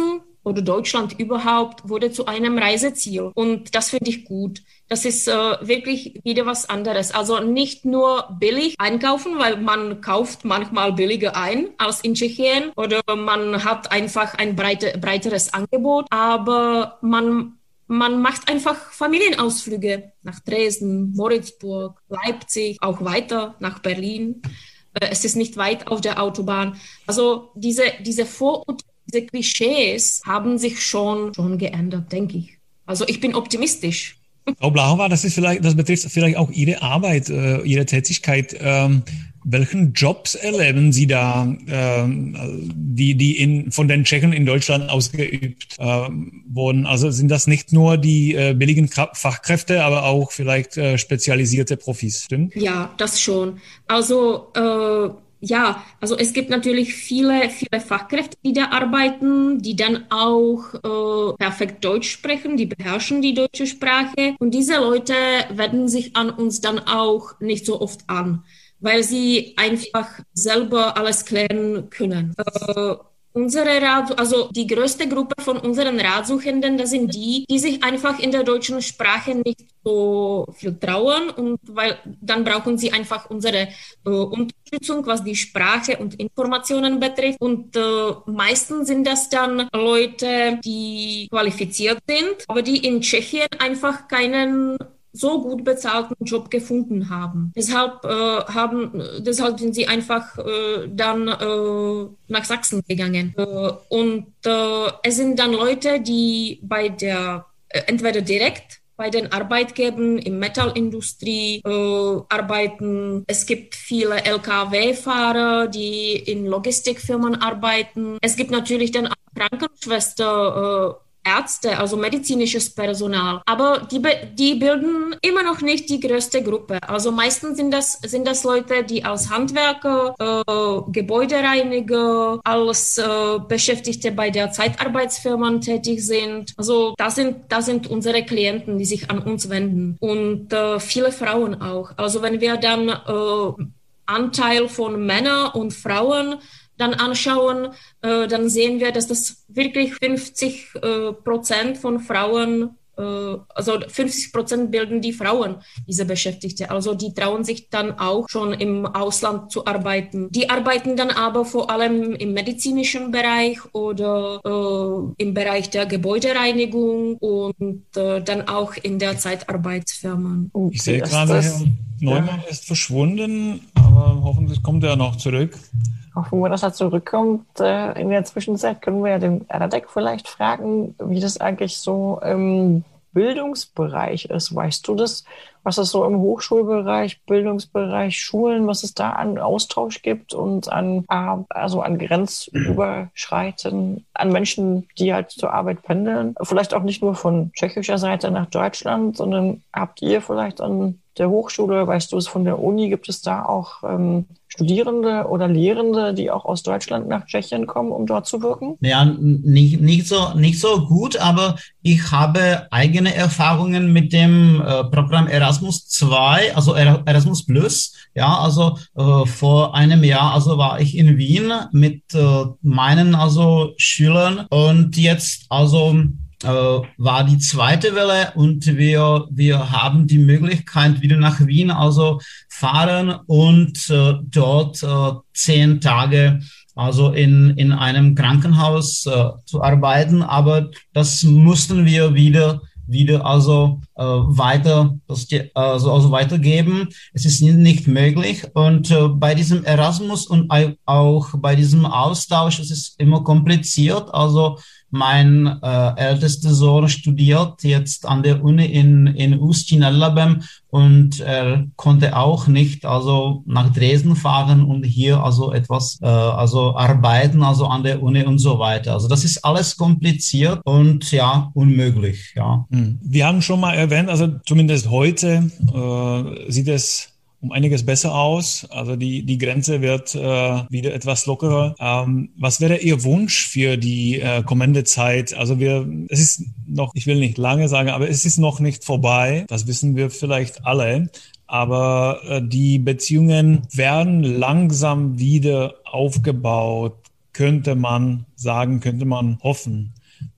oder Deutschland überhaupt wurde zu einem Reiseziel. Und das finde ich gut. Das ist äh, wirklich wieder was anderes. Also nicht nur billig einkaufen, weil man kauft manchmal billiger ein als in Tschechien oder man hat einfach ein breite, breiteres Angebot, aber man Man macht einfach Familienausflüge nach Dresden, Moritzburg, Leipzig, auch weiter nach Berlin. Es ist nicht weit auf der Autobahn. Also diese, diese Vorurteile, diese Klischees haben sich schon, schon geändert, denke ich. Also ich bin optimistisch. Frau Blauer, das ist vielleicht, das betrifft vielleicht auch Ihre Arbeit, äh, Ihre Tätigkeit. Ähm, welchen Jobs erleben Sie da, ähm, die, die in, von den Tschechen in Deutschland ausgeübt äh, wurden? Also sind das nicht nur die äh, billigen Fachkräfte, aber auch vielleicht äh, spezialisierte Profis, stimmt? Ja, das schon. Also äh, ja, also es gibt natürlich viele, viele Fachkräfte, die da arbeiten, die dann auch äh, perfekt Deutsch sprechen, die beherrschen die deutsche Sprache. Und diese Leute wenden sich an uns dann auch nicht so oft an, weil sie einfach selber alles klären können. Äh, Unsere Rat, also die größte Gruppe von unseren Ratsuchenden, das sind die, die sich einfach in der deutschen Sprache nicht so viel trauen und weil dann brauchen sie einfach unsere äh, Unterstützung, was die Sprache und Informationen betrifft. Und äh, meistens sind das dann Leute, die qualifiziert sind, aber die in Tschechien einfach keinen so gut bezahlten Job gefunden haben. Deshalb äh, haben, deshalb sind sie einfach äh, dann äh, nach Sachsen gegangen. Äh, und äh, es sind dann Leute, die bei der äh, entweder direkt bei den Arbeitgebern in Metallindustrie äh, arbeiten. Es gibt viele L K W-Fahrer, die in Logistikfirmen arbeiten. Es gibt natürlich dann auch Krankenschwester, äh, Ärzte, also medizinisches Personal. Aber die, die bilden immer noch nicht die größte Gruppe. Also meistens sind das, sind das Leute, die als Handwerker, äh, Gebäudereiniger, als äh, Beschäftigte bei der Zeitarbeitsfirmen tätig sind. Also das sind, das sind unsere Klienten, die sich an uns wenden. Und äh, viele Frauen auch. Also wenn wir dann äh, Anteil von Männern und Frauen dann anschauen, äh, dann sehen wir, dass das wirklich fünfzig Prozent von Frauen, äh, also fünfzig Prozent bilden die Frauen, diese Beschäftigte. Also die trauen sich dann auch schon im Ausland zu arbeiten. Die arbeiten dann aber vor allem im medizinischen Bereich oder äh, im Bereich der Gebäudereinigung und äh, dann auch in der Zeitarbeitsfirmen. Ich sehe gerade, Herr Neumann ist verschwunden, aber hoffentlich kommt er noch zurück. Hoffen wir, dass er zurückkommt. In der Zwischenzeit können wir ja den Radek vielleicht fragen, wie das eigentlich so im Bildungsbereich ist. Weißt du das, was es so im Hochschulbereich, Bildungsbereich, Schulen, was es da an Austausch gibt und an, also an Grenzüberschreiten, an Menschen, die halt zur Arbeit pendeln? Vielleicht auch nicht nur von tschechischer Seite nach Deutschland, sondern habt ihr vielleicht an der Hochschule, weißt du es von der Uni, gibt es da auch ähm, Studierende oder Lehrende, die auch aus Deutschland nach Tschechien kommen, um dort zu wirken? Ja, nicht, nicht so, nicht so gut, aber ich habe eigene Erfahrungen mit dem äh, Programm Erasmus zwei, also Erasmus Plus. Ja, also äh, vor einem Jahr, also war ich in Wien mit äh, meinen also Schülern und jetzt also äh, war die zweite Welle und wir, wir haben die Möglichkeit, wieder nach Wien also fahren und äh, dort äh, zehn Tage also in, in einem Krankenhaus äh, zu arbeiten. Aber das mussten wir wieder wieder also äh, weiter das, also, also weitergeben. Es ist nicht möglich. Und äh, bei diesem Erasmus und auch bei diesem Austausch, es ist immer kompliziert. Also mein äh, ältester Sohn studiert jetzt an der Uni in, in Ústí nad Labem und er konnte auch nicht also nach Dresden fahren und hier also etwas äh, also arbeiten, also an der Uni und so weiter. Also das ist alles kompliziert und ja, unmöglich, ja. Wir haben schon mal erwähnt, also zumindest heute äh, sieht es um einiges besser aus. Also die, die Grenze wird äh, wieder etwas lockerer. Ähm, was wäre Ihr Wunsch für die äh, kommende Zeit? Also wir, es ist noch, ich will nicht lange sagen, aber es ist noch nicht vorbei. Das wissen wir vielleicht alle. Aber äh, die Beziehungen werden langsam wieder aufgebaut, könnte man sagen, könnte man hoffen.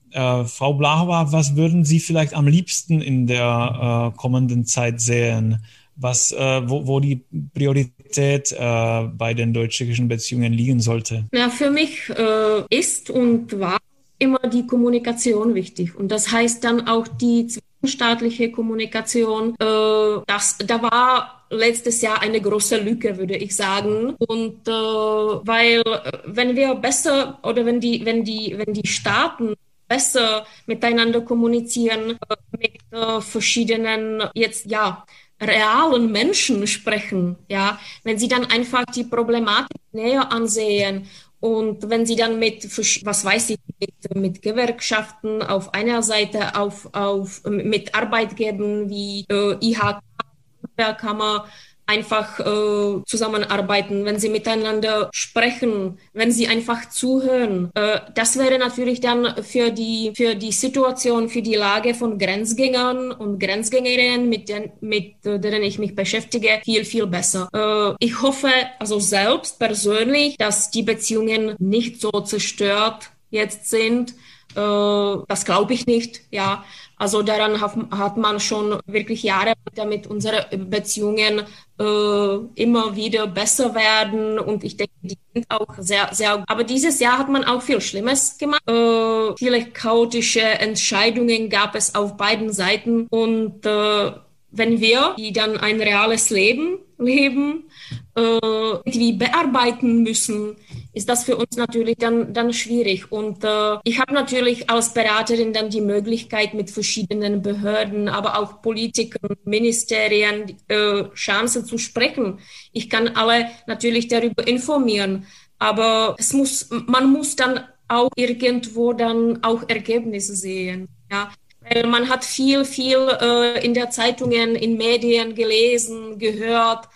Äh, Frau Blachova, was würden Sie vielleicht am liebsten in der äh, kommenden Zeit sehen? Was, äh, wo, wo die Priorität äh, bei den deutsch-tschechischen Beziehungen liegen sollte? Na, für mich äh, ist und war immer die Kommunikation wichtig. Und das heißt dann auch die zwischenstaatliche Kommunikation. Äh, das, da war letztes Jahr eine große Lücke, würde ich sagen. Und äh, weil wenn wir besser oder wenn die, wenn die, wenn die Staaten besser miteinander kommunizieren, äh, mit äh, verschiedenen jetzt, ja, realen Menschen sprechen, ja, wenn sie dann einfach die Problematik näher ansehen und wenn sie dann mit, was weiß ich, mit, mit Gewerkschaften auf einer Seite, auf, auf, mit Arbeitgebern wie äh, I H K, Kammer, einfach äh, zusammenarbeiten, wenn sie miteinander sprechen, wenn sie einfach zuhören. Äh, das wäre natürlich dann für die, für die Situation, für die Lage von Grenzgängern und Grenzgängerinnen, mit, den, mit äh, denen ich mich beschäftige, viel, viel besser. Äh, ich hoffe also selbst persönlich, dass die Beziehungen nicht so zerstört jetzt sind. Äh, das glaube ich nicht, ja. Also daran hat, hat man schon wirklich Jahre, damit unsere Beziehungen äh, immer wieder besser werden und ich denke, die sind auch sehr, sehr, aber dieses Jahr hat man auch viel Schlimmes gemacht. Äh, viele chaotische Entscheidungen gab es auf beiden Seiten und äh, wenn wir, die dann ein reales Leben leben, äh, irgendwie bearbeiten müssen, ist das für uns natürlich dann, dann schwierig. Und äh, ich habe natürlich als Beraterin dann die Möglichkeit, mit verschiedenen Behörden, aber auch Politikern, Ministerien, äh, Chancen zu sprechen. Ich kann alle natürlich darüber informieren, aber es muss, man muss dann auch irgendwo dann auch Ergebnisse sehen, ja. Weil man hat viel, viel äh, in der Zeitungen, in Medien gelesen, gehört,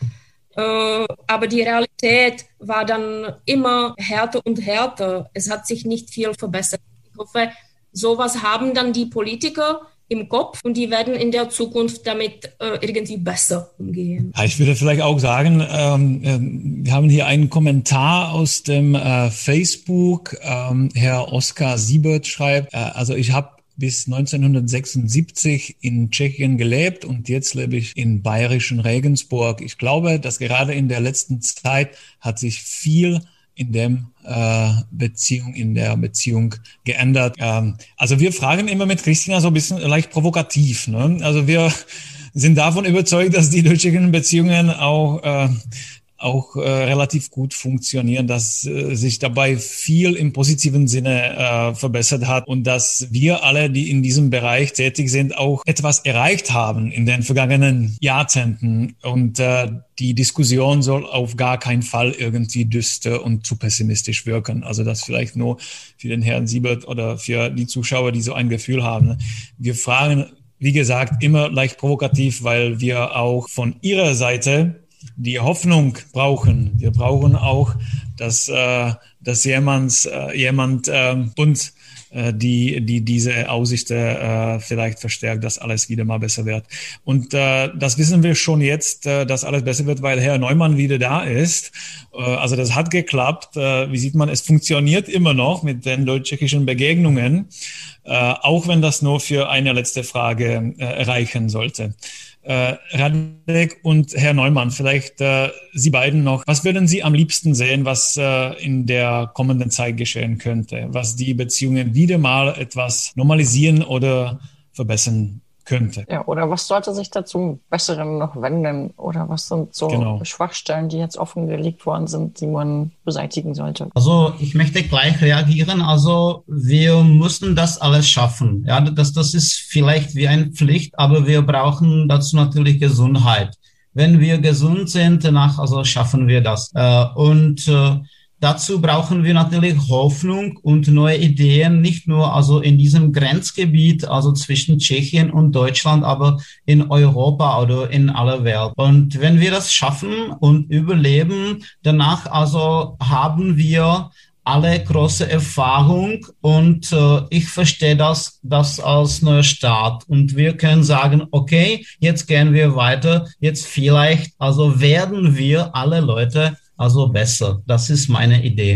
äh, aber die Realität war dann immer härter und härter. Es hat sich nicht viel verbessert. Ich hoffe, sowas haben dann die Politiker im Kopf und die werden in der Zukunft damit äh, irgendwie besser umgehen. Ja, ich würde vielleicht auch sagen, ähm, wir haben hier einen Kommentar aus dem äh, Facebook. Ähm, Herr Oskar Siebert schreibt, äh, also ich habe bis neunzehnhundertsechsundsiebzig in Tschechien gelebt und jetzt lebe ich in bayerischen Regensburg. Ich glaube, dass gerade in der letzten Zeit hat sich viel in dem äh, Beziehung, in der Beziehung geändert. Ähm, also wir fragen immer mit Christina so ein bisschen leicht provokativ, ne? Also wir sind davon überzeugt, dass die deutsch-tschechischen Beziehungen auch äh, auch äh, relativ gut funktionieren, dass äh, sich dabei viel im positiven Sinne äh, verbessert hat und dass wir alle, die in diesem Bereich tätig sind, auch etwas erreicht haben in den vergangenen Jahrzehnten. Und äh, die Diskussion soll auf gar keinen Fall irgendwie düster und zu pessimistisch wirken. Also das vielleicht nur für den Herrn Siebert oder für die Zuschauer, die so ein Gefühl haben. Wir fragen, wie gesagt, immer leicht provokativ, weil wir auch von Ihrer Seite die Hoffnung brauchen. Wir brauchen auch, dass, äh, dass jemand, äh, jemand äh, uns äh, die, die diese Aussichten äh, vielleicht verstärkt, dass alles wieder mal besser wird. Und äh, das wissen wir schon jetzt, äh, dass alles besser wird, weil Herr Neumann wieder da ist. Äh, also das hat geklappt. Äh, wie sieht man, es funktioniert immer noch mit den deutsch-tschechischen Begegnungen, äh, auch wenn das nur für eine letzte Frage äh, reichen sollte. Äh, Radek und Herr Neumann, vielleicht äh, Sie beiden noch. Was würden Sie am liebsten sehen, was äh, in der kommenden Zeit geschehen könnte, was die Beziehungen wieder mal etwas normalisieren oder verbessern könnte? Ja, oder was sollte sich dazu Besseren noch wenden? Oder was sind so genau. Schwachstellen, die jetzt offengelegt worden sind, die man beseitigen sollte? Also ich möchte gleich reagieren. Also wir müssen das alles schaffen. Ja, das, das ist vielleicht wie eine Pflicht, aber wir brauchen dazu natürlich Gesundheit. Wenn wir gesund sind, danach also schaffen wir das. Und dazu brauchen wir natürlich Hoffnung und neue Ideen, nicht nur also in diesem Grenzgebiet, also zwischen Tschechien und Deutschland, aber in Europa oder in aller Welt. Und wenn wir das schaffen und überleben, danach also haben wir alle große Erfahrung und äh, ich verstehe das, das als neuer Start. Und wir können sagen, okay, jetzt gehen wir weiter, jetzt vielleicht, also werden wir alle Leute also besser. Das ist meine Idee.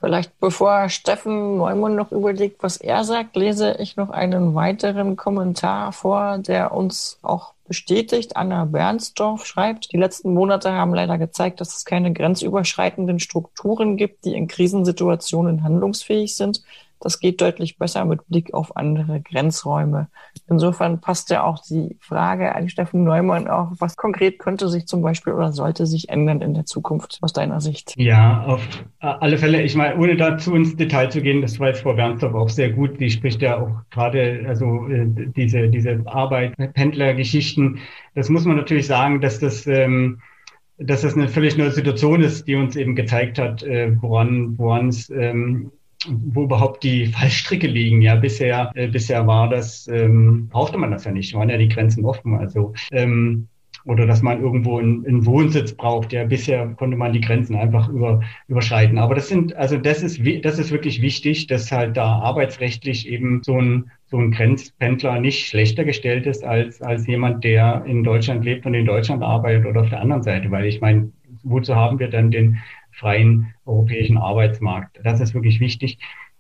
Vielleicht bevor Steffen Neumann noch überlegt, was er sagt, lese ich noch einen weiteren Kommentar vor, der uns auch bestätigt. Anna Bernsdorf schreibt, die letzten Monate haben leider gezeigt, dass es keine grenzüberschreitenden Strukturen gibt, die in Krisensituationen handlungsfähig sind. Das geht deutlich besser mit Blick auf andere Grenzräume. Insofern passt ja auch die Frage an Steffen Neumann auch, was konkret könnte sich zum Beispiel oder sollte sich ändern in der Zukunft aus deiner Sicht? Ja, auf alle Fälle. Ich meine, ohne dazu ins Detail zu gehen, das weiß Frau Bernsdorf auch sehr gut. Die spricht ja auch gerade, also äh, diese diese Arbeit, Pendlergeschichten. Das muss man natürlich sagen, dass das ähm, dass das eine völlig neue Situation ist, die uns eben gezeigt hat, äh, woran woran es ähm, wo überhaupt die Fallstricke liegen. Ja, bisher äh, bisher war das, ähm, brauchte man das ja nicht, waren ja die Grenzen offen. Also ähm, oder dass man irgendwo einen, einen Wohnsitz braucht. Ja, bisher konnte man die Grenzen einfach über, überschreiten. Aber das sind, also das ist das ist wirklich wichtig, dass halt da arbeitsrechtlich eben so ein so ein Grenzpendler nicht schlechter gestellt ist als als jemand, der in Deutschland lebt und in Deutschland arbeitet oder auf der anderen Seite. Weil ich meine, wozu haben wir dann den freien europäischen Arbeitsmarkt? Das ist wirklich wichtig.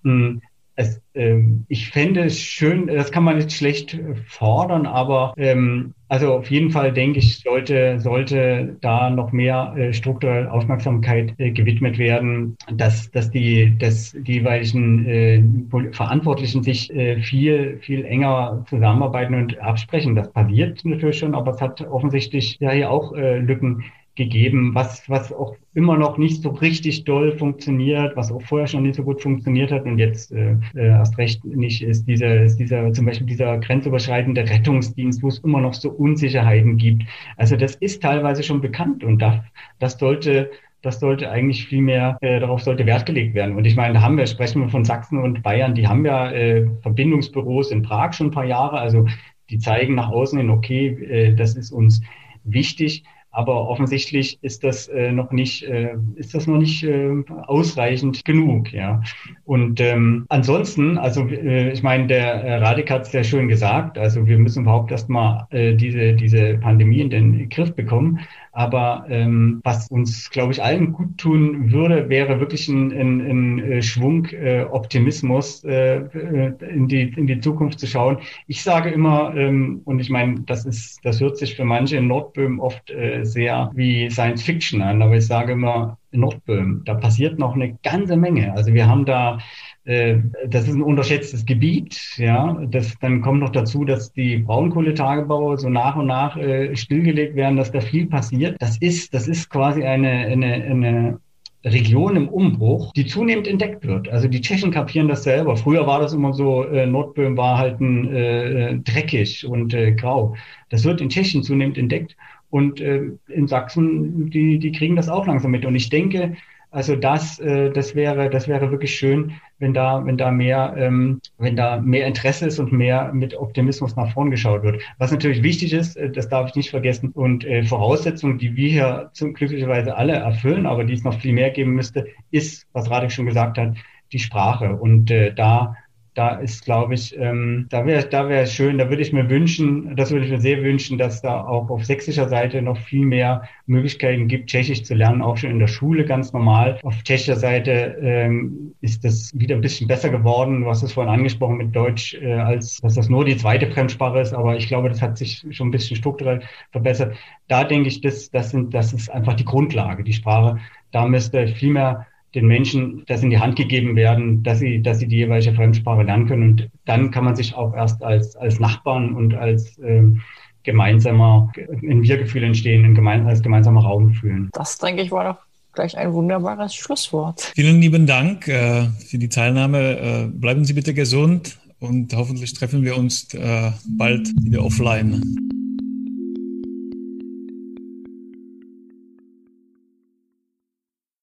Es, ähm, ich fände es schön, das kann man nicht schlecht fordern, aber ähm, also auf jeden Fall denke ich, sollte sollte da noch mehr äh, strukturelle Aufmerksamkeit äh, gewidmet werden, dass dass die dass die jeweiligen äh, Verantwortlichen sich äh, viel viel enger zusammenarbeiten und absprechen. Das passiert natürlich schon, aber es hat offensichtlich ja hier auch äh, Lücken gegeben, was was auch immer noch nicht so richtig doll funktioniert, was auch vorher schon nicht so gut funktioniert hat und jetzt äh, erst recht nicht, ist dieser ist dieser zum Beispiel dieser grenzüberschreitende Rettungsdienst, wo es immer noch so Unsicherheiten gibt. Also das ist teilweise schon bekannt und das, das sollte das sollte eigentlich viel mehr, äh, darauf sollte Wert gelegt werden. Und ich meine, da haben wir, sprechen wir von Sachsen und Bayern, die haben ja äh, Verbindungsbüros in Prag schon ein paar Jahre, also die zeigen nach außen hin, okay, äh, das ist uns wichtig. Aber offensichtlich ist das äh, noch nicht, äh, ist das noch nicht äh, ausreichend genug, ja. Und ähm, ansonsten, also äh, ich meine, der äh, Radek hat es sehr schön gesagt. Also wir müssen überhaupt erstmal äh, diese diese Pandemie in den Griff bekommen. Aber ähm, was uns, glaube ich, allen gut tun würde, wäre wirklich ein, ein, ein Schwung äh, Optimismus äh, in die in die Zukunft zu schauen. Ich sage immer, ähm, und ich meine, das ist, das hört sich für manche in Nordböhmen oft äh, sehr wie Science Fiction an, aber ich sage immer, in Nordböhmen, da passiert noch eine ganze Menge. Also wir haben da äh, das ist ein unterschätztes Gebiet, ja. Das, dann kommt noch dazu, dass die Braunkohletagebaue so nach und nach äh, stillgelegt werden, dass da viel passiert. Das ist, das ist quasi eine, eine, eine Region im Umbruch, die zunehmend entdeckt wird. Also die Tschechen kapieren das selber. Früher war das immer so, äh, Nordböhmen war halt ein, äh, dreckig und äh, grau. Das wird in Tschechien zunehmend entdeckt und äh, in Sachsen, die, die kriegen das auch langsam mit. Und ich denke, also das, äh, das wäre, das wäre wirklich schön, wenn da, wenn da mehr, ähm, wenn da mehr Interesse ist und mehr mit Optimismus nach vorn geschaut wird. Was natürlich wichtig ist, äh, das darf ich nicht vergessen. Und äh, Voraussetzungen, die wir hier zum, glücklicherweise alle erfüllen, aber die es noch viel mehr geben müsste, ist, was Radek schon gesagt hat, die Sprache. Und äh, da Da ist, glaube ich, ähm, da wäre da wäre es schön, da würde ich mir wünschen, das würde ich mir sehr wünschen, dass da auch auf sächsischer Seite noch viel mehr Möglichkeiten gibt, Tschechisch zu lernen, auch schon in der Schule ganz normal. Auf tschechischer Seite ähm, ist das wieder ein bisschen besser geworden. Du hast es vorhin angesprochen mit Deutsch, äh, als dass das nur die zweite Fremdsprache ist, aber ich glaube, das hat sich schon ein bisschen strukturell verbessert. Da denke ich, das, das sind, das ist einfach die Grundlage, die Sprache. Da müsste viel mehr den Menschen das in die Hand gegeben werden, dass sie, dass sie die jeweilige Fremdsprache lernen können. Und dann kann man sich auch erst als, als Nachbarn und als äh, gemeinsamer, ein Wir-Gefühl entstehen, ein gemein, als gemeinsamer Raum fühlen. Das, denke ich, war doch gleich ein wunderbares Schlusswort. Vielen lieben Dank äh, für die Teilnahme. Äh, bleiben Sie bitte gesund und hoffentlich treffen wir uns äh, bald wieder offline.